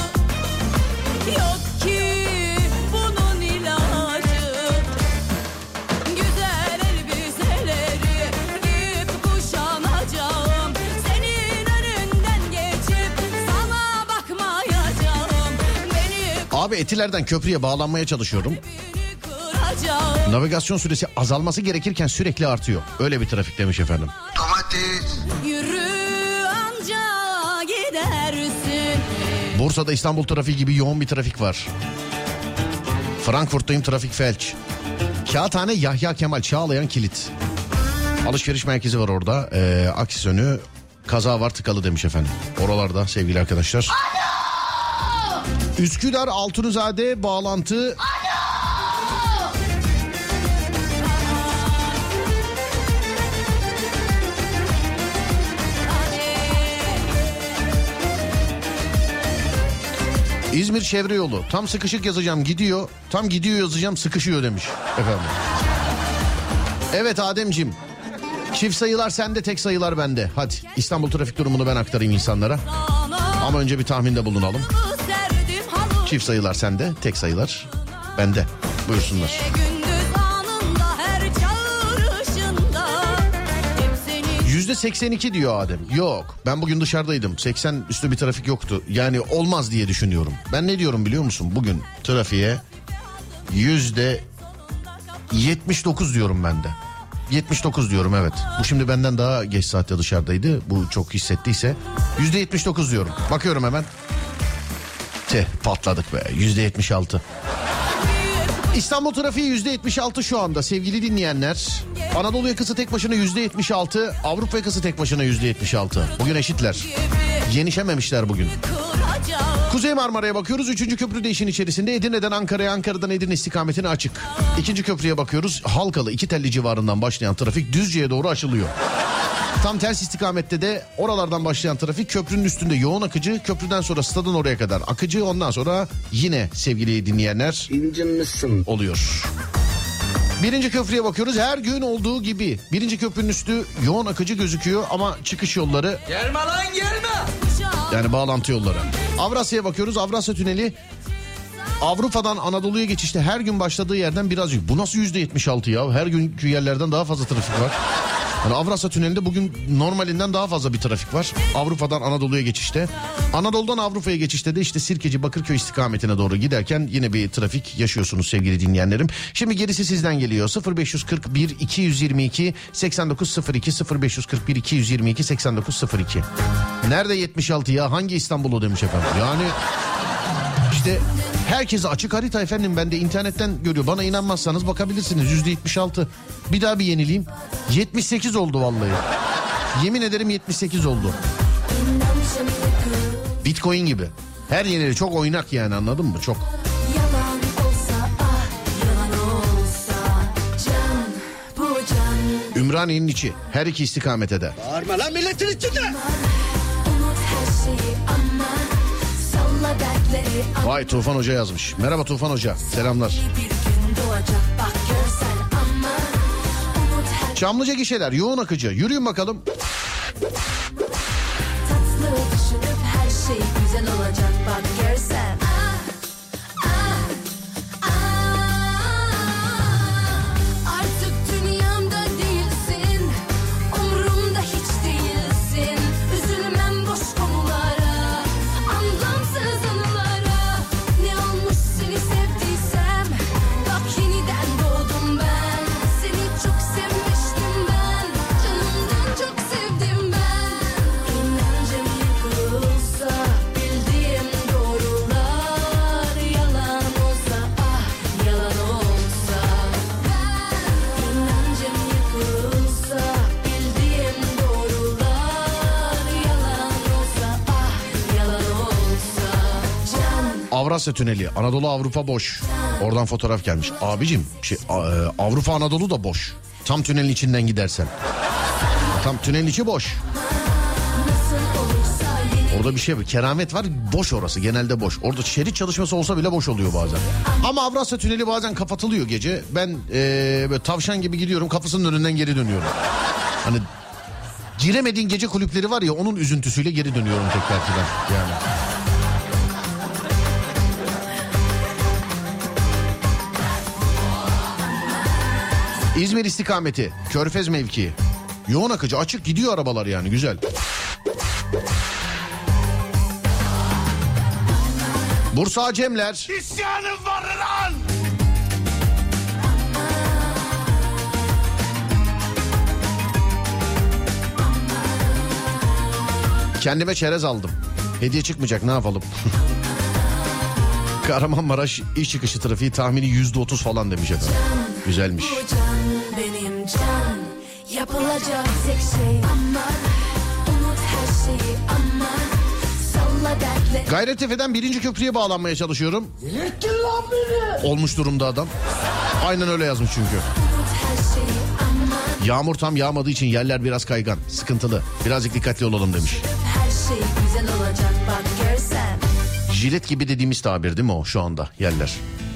Yok ki bunun ilacı. Güzel elbiseleri giyip kuşanacağım. Senin önünden geçip sana bakmayacağım. Beni Abi Etiler'den köprüye bağlanmaya çalışıyorum. kıracağım. Navigasyon süresi azalması gerekirken sürekli artıyor. Öyle bir trafik demiş efendim. Yürü anca gidersin. Bursa'da İstanbul trafiği gibi yoğun bir trafik var. Frankfurt'tayım, trafik felç. Kağıthane Yahya Kemal Çağlayan Kilit. Alışveriş merkezi var orada. Ee, Aksis önü kaza var, tıkalı demiş efendim. Oralarda sevgili arkadaşlar. Üsküdar Altunizade bağlantı. İzmir çevre yolu. Tam sıkışık yazacağım gidiyor. Tam gidiyor yazacağım sıkışıyor demiş efendim. Evet Ademciğim. Çift sayılar sende, tek sayılar bende. Hadi İstanbul trafik durumunu ben aktarayım insanlara. Ama önce bir tahminde bulunalım. Çift sayılar sende, tek sayılar bende. Buyursunlar. yüzde seksen iki diyor Adem. Yok, ben bugün dışarıdaydım. seksen üstü bir trafik yoktu. Yani olmaz diye düşünüyorum. Ben ne diyorum biliyor musun? Bugün trafiğe yüzde yetmiş dokuz diyorum ben de. yetmiş dokuz diyorum, evet. Bu şimdi benden daha geç saatte dışarıdaydı. Bu çok hissettiyse. yüzde yetmiş dokuz diyorum. Bakıyorum hemen. Teh, patladık be. yüzde yetmiş altı. İstanbul trafiği yüzde yetmiş altı şu anda sevgili dinleyenler. Anadolu yakası tek başına yüzde yetmiş altı. Avrupa yakası tek başına yüzde yetmiş altı. Bugün eşitler. Yenişememişler bugün. Kuzey Marmara'ya bakıyoruz. Üçüncü köprü de işin içerisinde. Edirne'den Ankara'ya, Ankara'dan Edirne istikametine açık. İkinci köprüye bakıyoruz. Halkalı, iki telli civarından başlayan trafik Düzce'ye doğru açılıyor. Tam ters istikamette de oralardan başlayan trafik köprünün üstünde yoğun akıcı. Köprüden sonra stadın oraya kadar akıcı. Ondan sonra yine sevgili dinleyenler İncinmişsin oluyor. Birinci köprüye bakıyoruz. Her gün olduğu gibi. Birinci köprünün üstü yoğun akıcı gözüküyor ama çıkış yolları... Gelme lan gelme. Yani bağlantı yolları. Avrasya'ya bakıyoruz. Avrasya Tüneli Avrupa'dan Anadolu'ya geçişte her gün başladığı yerden biraz yük. Bu nasıl yüzde yetmiş altı ya? Her günkü yerlerden daha fazla trafik var. Yani Avrasya Tüneli'nde bugün normalinden daha fazla bir trafik var. Avrupa'dan Anadolu'ya geçişte. Anadolu'dan Avrupa'ya geçişte de işte Sirkeci Bakırköy istikametine doğru giderken yine bir trafik yaşıyorsunuz sevgili dinleyenlerim. Şimdi gerisi sizden geliyor. sıfır beş kırk bir iki yüz yirmi iki seksen dokuz sıfır iki sıfır beş kırk bir iki yüz yirmi iki seksen dokuz sıfır iki. Nerede yetmiş altı ya? Hangi İstanbul'u demiş efendim? Yani işte herkese açık harita efendim, ben de internetten görüyor. Bana inanmazsanız bakabilirsiniz. yüzde yetmiş altı. Bir daha bir yenileyim. yetmiş sekiz oldu vallahi. Yemin ederim yetmiş sekiz oldu. Bitcoin gibi. Her yenili çok oynak yani, anladın mı? Çok. Ümraniye'nin içi. Her iki istikamete de. Bağırma lan milletin içinde. Vay Tufan Hoca yazmış. Merhaba Tufan Hoca. Selamlar. Çamlıca gişeler yoğun akıcı. Yürüyün bakalım. Tatlı düşünüp her şey güzel olacak bak görsen. Ah, ah, ah. Artık dünyamda değilsin. Umrumda hiç değilsin. Üzülmem boş konulara. Anlamsız anılara. Ne olmuş seni sevdiysem. Bak yeniden doğdum ben. Seni çok sevmiştim ben. Canımdan çok sevdim ben. İnancım yıkılsa bildiğim doğrular yalan olsa, ah yalan olsa. İnancım yıkılsa bildiğim doğrular yalan olsa, ah yalan olsa. Can Avrasya Tüneli. Anadolu Avrupa boş. Oradan fotoğraf gelmiş. Abicim şey, A- Avrupa Anadolu da boş. Tam tünelin içinden gidersen. Tam tünelin içi boş. Orada bir şey var. Keramet var. Boş orası. Genelde boş. Orada şerit çalışması olsa bile boş oluyor bazen. Ama Avrasya Tüneli bazen kapatılıyor gece. Ben ee, böyle tavşan gibi gidiyorum. Kapısının önünden geri dönüyorum. Hani giremediğin gece kulüpleri var ya, onun üzüntüsüyle geri dönüyorum tekrar filan. Yani. İzmir istikameti Körfez mevkii. Yoğun akıcı, açık gidiyor arabalar yani, güzel. Bursa Acemler. İsyanım var lan. Kendime çerez aldım. Hediye çıkmayacak, ne yapalım? Kahramanmaraş iş çıkışı trafiği tahmini yüzde otuz falan demiş efendim. Güzelmiş. bu can benim can. Yapılacak tek şey ama unut her şeyi ama yolla dertle. Gayrettepe'den birinci köprüye bağlanmaya çalışıyorum. Delirttin lan beni. Olmuş durumda adam. Aynen öyle yazmış çünkü. Yağmur tam yağmadığı için yerler biraz kaygan, sıkıntılı. Birazcık dikkatli olalım demiş. Her şey güzel olacak bak görsen. Jilet gibi dediğimiz tabir değil mi o şu anda yerler?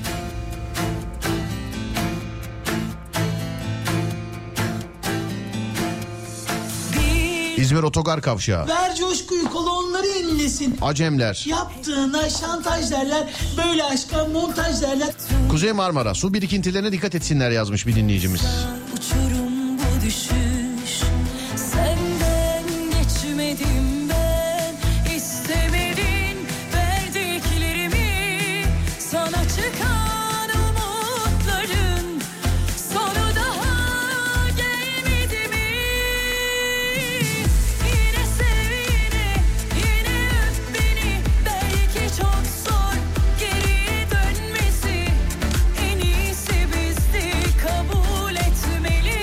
İzmir Otogar Kavşağı. Ver coşkuyu, kolonları inlesin. Acemler. Yaptığına şantaj derler, böyle aşka montaj derler. Kuzey Marmara su birikintilerine dikkat etsinler yazmış bir dinleyicimiz. Uçurum bu düşüş, senden geçmedim ben, istemedin verdiklerimi, sana çıkan umutların sonu daha gelmedi mi? Yine sev yine, yine öp beni, belki çok zor geriye dönmesi, en iyisi bizdi kabul etmeli.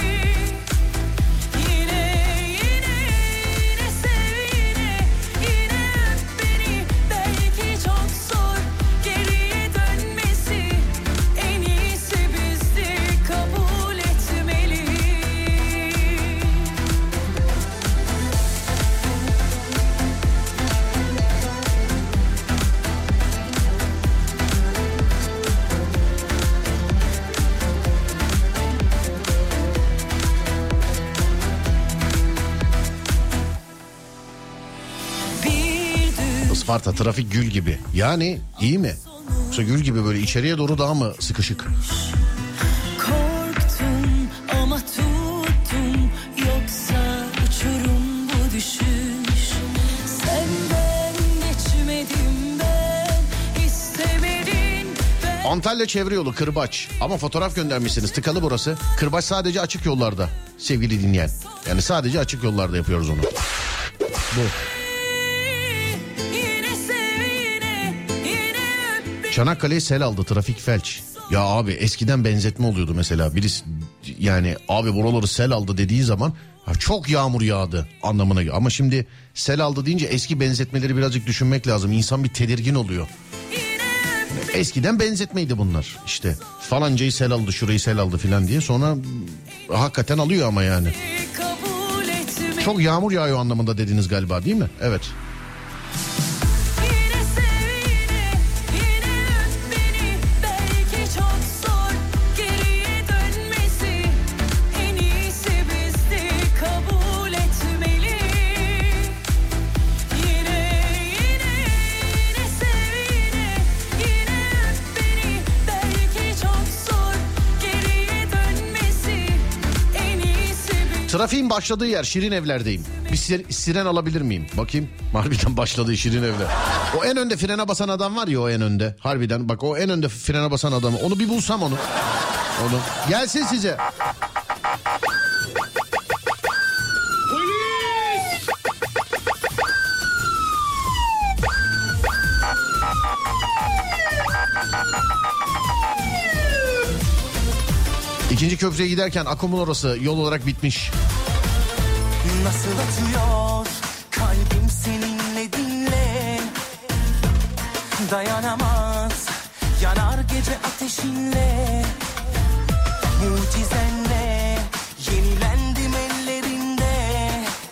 Yine yine yine sev yine, yine öp beni, belki çok zor geriye dönmesi, en iyisi bizdi kabul etmeli. Isparta trafik gül gibi. Yani iyi mi? Yoksa gül gibi böyle içeriye doğru daha mı sıkışık? Korktum ama tuttum, yoksa uçurum bu düşüş, senden geçmedim ben, istemedin ben. Antalya çevre yolu Kırbaç. Ama fotoğraf göndermişsiniz. Tıkalı burası. Kırbaç sadece açık yollarda sevgili dinleyen. Yani sadece açık yollarda yapıyoruz onu. Bu. Yine sev yine, yine öp beni. Çanakkale'yi sel aldı, trafik felç. Ya abi eskiden benzetme oluyordu mesela. Birisi yani abi buraları sel aldı dediği zaman ha, çok yağmur yağdı anlamına geliyor. Ama şimdi sel aldı deyince eski benzetmeleri birazcık düşünmek lazım. İnsan bir tedirgin oluyor. Eskiden benzetmeydi bunlar işte. Falancayı sel aldı, şurayı sel aldı filan diye. Sonra hakikaten alıyor ama yani. Kabul etme. Çok yağmur yağıyor anlamında dediniz galiba değil mi? Evet. Yine sev yine, yine öp beni, belki çok zor geriye dönmesi, en iyisi bizdi kabul etmeli. Yine yine yine sev yine, yine öp beni, belki çok zor geriye dönmesi, en iyisi bizdi. Trafiğin başladığı yer Şirin Evler'deyim. Bir sir- siren alabilir miyim? Bakayım. Harbiden başladı Şirin Evler. O en önde frene basan adam var ya, o en önde. Harbiden bak, o en önde frene basan adamı. Onu bir bulsam onu. Onu. Gelsin size. İkinci köprüye giderken Akumun orası yol olarak bitmiş. Nasıl atıyor kalbim seninle, dinle. Dayanamaz yanar gece ateşinle. Mucizenle yenilendim ellerinde.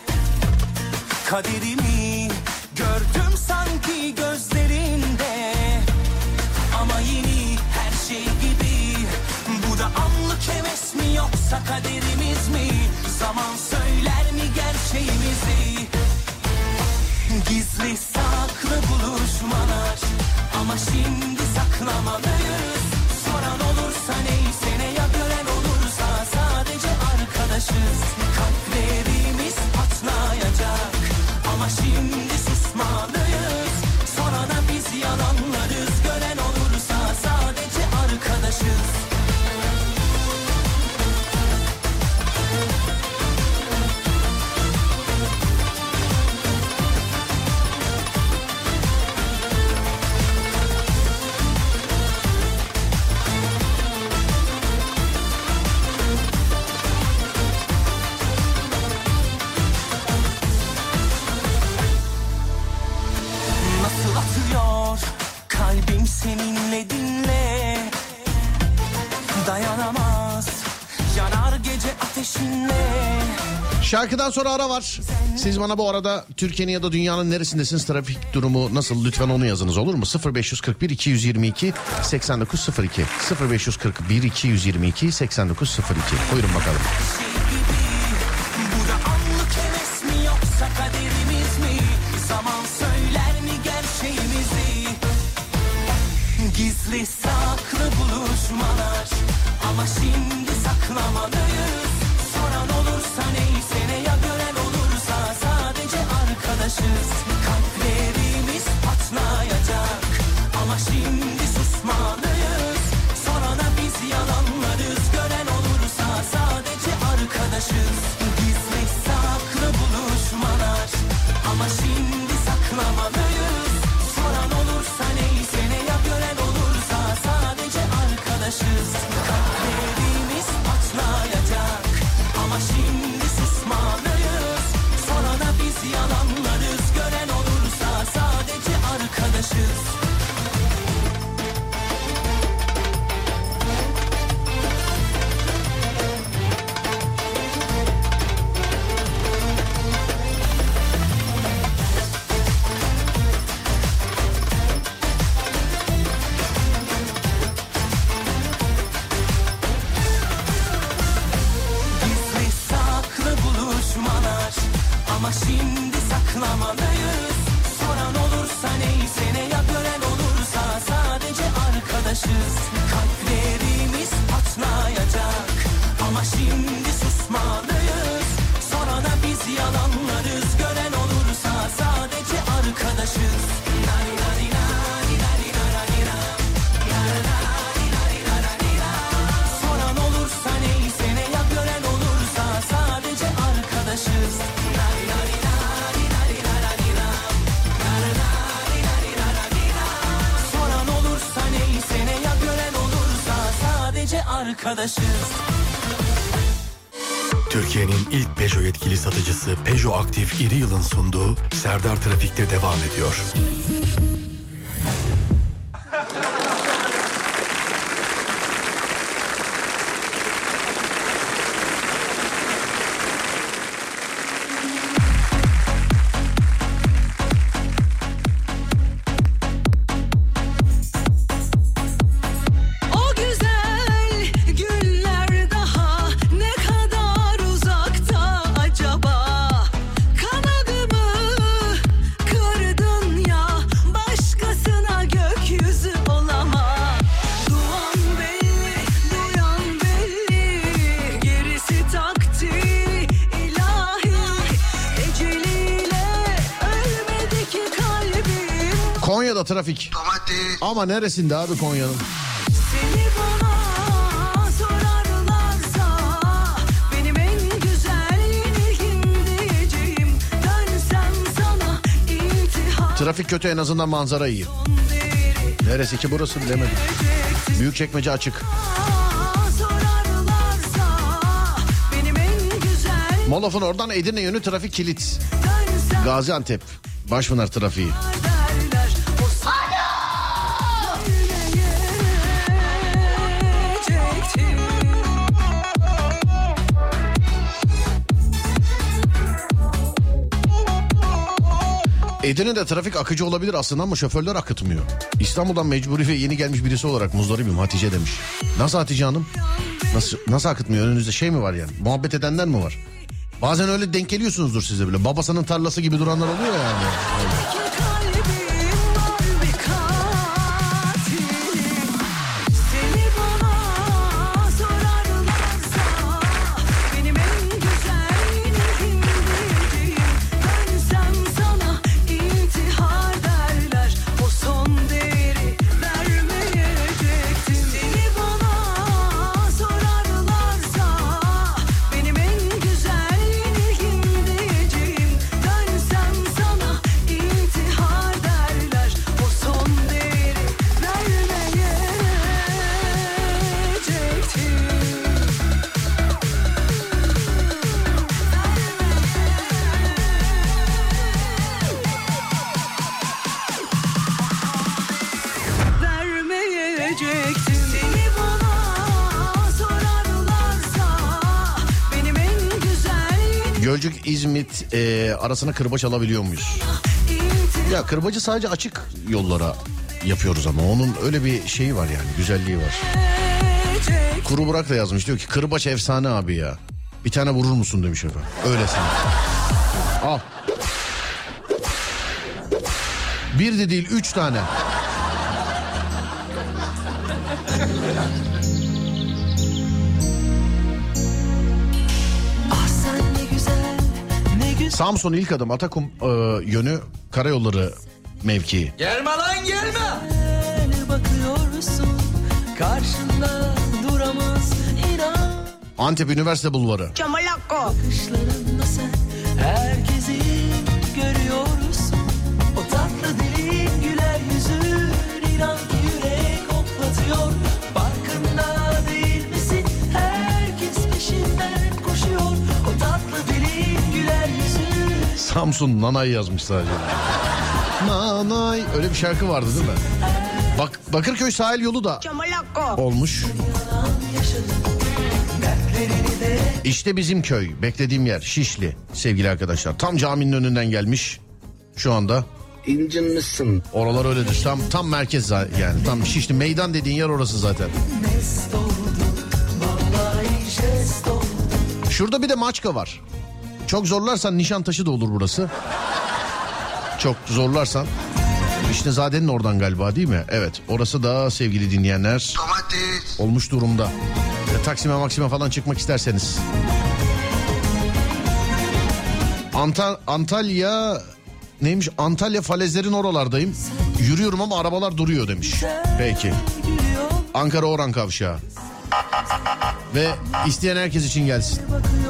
Kaderimi gördüm sanki gözlerinde. Ama yeni her şey gibi. Bu da anlık heves mi yoksa kaderimiz mi? Zaman söyler mi gerçeğimizi? Gizli saklı buluşmalar, ama şimdi saklamalıyız. Soran olursa neyse, ne ya gören olursa sadece arkadaşız. Kalplerimiz patlayacak, ama şimdi susmalıyız. Sorana biz yalanlarız, gören olursa sadece arkadaşız. ateşinle. Şarkıdan sonra ara var. Siz bana bu arada Türkiye'nin ya da dünyanın neresindesiniz, trafik durumu nasıl, lütfen onu yazınız, olur mu? sıfır beş kırk bir iki yüz yirmi iki seksen dokuz sıfır iki sıfır beş kırk bir iki yüz yirmi iki seksen dokuz sıfır iki. Buyurun bakalım. Bu da anlık heves mi yoksa kaderimiz mi? Zaman söyler mi gerçeğimizi? Gizli saklı buluşmalar ama şimdi saklamalıyız. Soran olursa neyse ne, ya gören olursa sadece arkadaşız. Kalplerimiz patlayacak ama şimdi susmalıyız. Sorana biz yalanlarız, gören olursa sadece arkadaşız. Gizli saklı buluşmalar ama şimdi saklamalıyız. Soran olursa neyse ne, ya gören olursa sadece arkadaşız. Kalplerimiz patlayacak ama şimdi susmalıyız. Sorana biz yalanlarız, gören olursa sadece arkadaşız. Gizli saklı buluşmalar ama şimdi saklamalıyız. Soran olursa neyse ne, ya gören olursa sadece arkadaşız. Kalplerimiz patlayacak ama şimdi susmalıyız. Sorana biz yalanlarız, gören olursa sadece arkadaşız. Nari nari nari nari nari nari. Soran olursa neyse ne, ya gören olursa sadece arkadaşız. Nari nari nari nari nari nari. Soran olursa neyse ne, ya gören olursa sadece arkadaşız. Türkiye'nin ilk Peugeot yetkili satıcısı Peugeot Aktif İri Yıl'ın sunduğu Serdar Trafik'te devam ediyor. O güzel günler daha ne kadar uzakta acaba? Kanadımı kırdın ya, başkasına gökyüzü olama. Duan belli, duyan belli, gerisi takdir ilahi. Eceliyle ölmedi ki kalbim. Konya'da trafik. Ama neresinde abi Konya'nın? Seni bana sorarlarsa benim en güzel yenilgim diyeceğim. Dönsem sana intihar Trafik kötü, en azından manzara iyi. Neresi ki burası bilemedim. Büyükçekmece açık. sorarlarsa benim en güzel Molof'un oradan Edirne yönü trafik kilit. dönsem Gaziantep Başpınar trafiği. derler. O sana yürüyecektim. Edirne'de trafik akıcı olabilir aslında ama şoförler akıtmıyor. İstanbul'dan mecburi ve yeni gelmiş birisi olarak muzdaribim, Hatice demiş. Nasıl Hatice Hanım? Nasıl, nasıl akıtmıyor? Önünüzde şey mi var yani? Muhabbet edenler mi var? Bazen öyle denk geliyorsunuzdur size bile. Babasının tarlası gibi duranlar oluyor yani. Öyle. Kalbim var bir katilim. Seni bana sorarlarsa benim en güzel yenilgim diyeceğim. Dönsem sana intihar derler. O son değeri vermeyecektim. Seni bana sorarlarsa benim en güzel yenilgim diyeceğim. Dönsem sana intihar Gölcük İzmit e, arasına kırbaç alabiliyor muyuz? Ya kırbacı sadece açık yollara yapıyoruz ama onun öyle bir şeyi var yani, güzelliği var. Kuru Burak da yazmış, diyor ki kırbaç efsane abi ya. Bir tane vurur musun demiş efendim. Öylesine. Al. Bir de değil, üç tane. Samsun ilk adım Atakum e, yönü karayolları mevkii. Gelme lan gelme. Bakıyorsun karşında duramaz inan. Antep Üniversite Bulvarı. Çamalakko. Bakışlarında sen herkesi görüyorsun. O tatlı dilin güler yüzün inan ki yürek hoplatıyor. Farkında değil misin? Herkes peşinden koşuyor. O tatlı dilin güler yüzün. Samsun Nanay yazmış sadece. Nanay, öyle bir şarkı vardı değil mi? Bak Bakırköy sahil yolu da olmuş. İşte bizim köy, beklediğim yer Şişli sevgili arkadaşlar. Tam caminin önünden gelmiş şu anda. İncinmişsin. Oralar öyledir. Tam tam merkez yani. Tam Şişli meydan dediğin yer orası zaten. Şurada bir de Maçka var. Çok zorlarsan Nişantaşı da olur burası. Çok zorlarsan. İşnezade'nin oradan galiba değil mi? Evet, orası da sevgili dinleyenler domates olmuş durumda. Ya, Taksim'e Maksim'e falan çıkmak isterseniz. Antal Antalya neymiş? Antalya falezlerin oralardayım. Yürüyorum ama arabalar duruyor demiş. Peki. Ankara Orhan Kavşağı. Ve isteyen herkes için gelsin.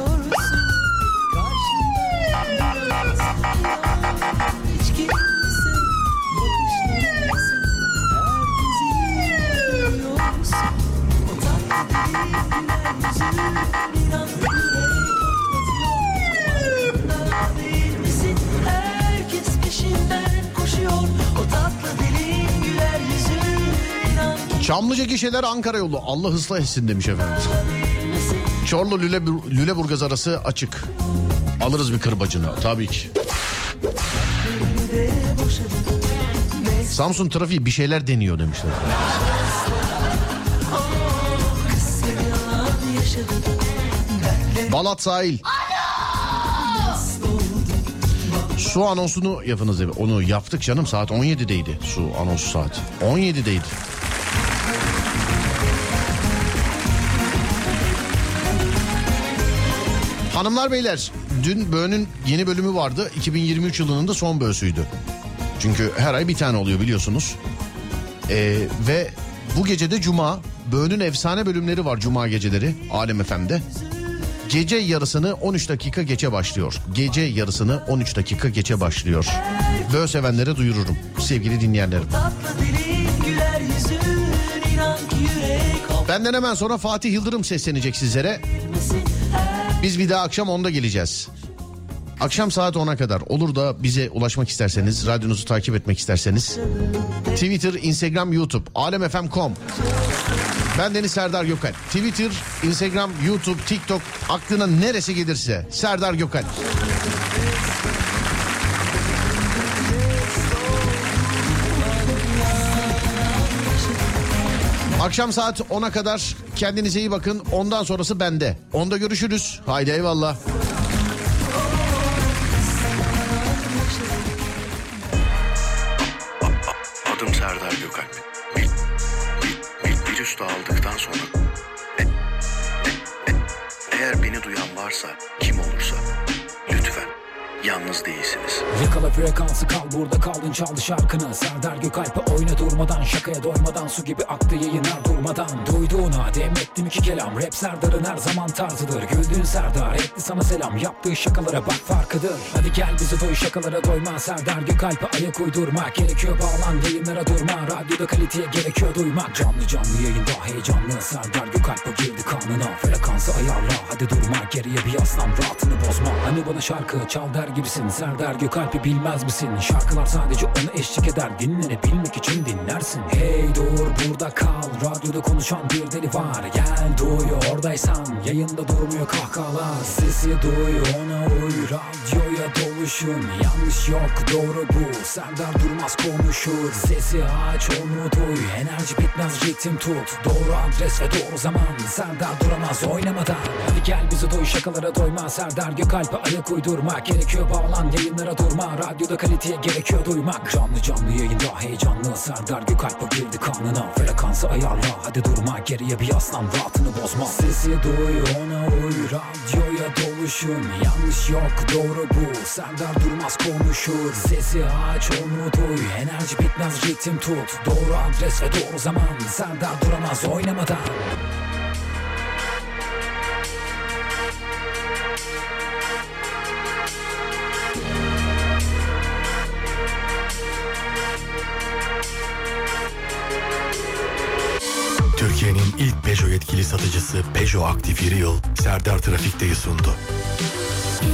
Çamlıca gişeler Ankara yolu. Allah ıslah etsin demiş efendim. Çorlu Lüle, Lüleburgaz arası açık. Alırız bir kırbacını tabii ki. Samsun trafiği bir şeyler deniyor demişler. Balat sahil. Su anonsunu yapınız dedi. Onu yaptık canım, saat on yedideydi su anonsu saati. on yedideydi. Hanımlar beyler, dün Böğün'ün yeni bölümü vardı. iki bin yirmi üç yılının da son böğüsüydü. Çünkü her ay bir tane oluyor biliyorsunuz. Ee, ve bu gece de Cuma. Böğün'ün efsane bölümleri var Cuma geceleri Alem F M'de. Gece yarısını on üç dakika geçe başlıyor. Gece yarısını on üç dakika geçe başlıyor. Böğ sevenlere duyururum sevgili dinleyenlerim. Benden hemen sonra Fatih Yıldırım seslenecek sizlere. Biz bir daha akşam onda geleceğiz. Akşam saat ona kadar. Olur da bize ulaşmak isterseniz, radyonuzu takip etmek isterseniz Twitter, Instagram, YouTube, alemfm nokta com. Ben Deniz Serdar Gökalp. Twitter, Instagram, YouTube, TikTok, aklına neresi gelirse Serdar Gökalp. Akşam saat ona kadar kendinize iyi bakın. Ondan sonrası bende. Onda görüşürüz. Haydi eyvallah. Adım Serdar Gökalp. Bir, bir, bir, bir üstü aldıktan sonra e, e, e, eğer beni duyan varsa, kim olursa lütfen yalnız değilsiniz. Yakala frekansı, kal burada kaldın, çaldı şarkını. Serdar Gökalp'e oyna durmadan, şakaya doymadan, su gibi aktı yayınlar durmadan. Duyduğuna demlettim iki kelam, rap Serdar'ın her zaman tarzıdır. Güldüğün Serdar etti sana selam, yaptığı şakalara bak farkıdır. Hadi gel bizi doy, şakalara doyma. Serdar Gökalp'e ayak uydurmak gerekiyor, bağlan yayınlara durma. Radyoda kaliteye gerekiyor duymak. Canlı canlı yayında heyecanlı, Serdar Gökalp'e girdi kanına. Frekansı ayarla, hadi durma, geriye bir yaslan, rahatını bozma. Hani bana şarkı çal der gibisin. Serdar Gökalp'i bilmez misin? Şarkılar sadece onu eşlik eder, dinlenebilmek için dinlersin. Hey dur burada kal, radyoda konuşan bir deli var. Gel duy, oradaysan yayında durmuyor kahkahalar. Sesi duy, ona uy, radyoya doluşun. Yanlış yok, doğru bu, Serdar Durmaz konuşur. Sesi aç, onu duy, enerji bitmez, ritim tut. Doğru adres ve doğru zaman, Serdar Duramaz oynamadan. Hadi gel bizi duy, şakalara doyma. Serdar Gökalp'e ayak uydurmak gerekiyor, bağlan yayınlara durma. Radyoda kaliteye gerekiyor duymak. Canlı canlı yayında heyecanlı, Serdar Gökalp'e girdi kanına. Frekansı ayarla, hadi durma, geriye bir yaslan, rahatını bozma. Sesi duy, ona uy, radyoya doluşun. Yanlış yok, doğru bu, Serdar Durmaz konuşur. Sesi aç, onu duy, enerji bitmez, ritim tut. Doğru adres ve doğru zaman, Serdar Duramaz oynamadan. Türkiye'nin ilk Peugeot yetkili satıcısı Peugeot Aktif Yıl Serdar Trafik'teyi sundu.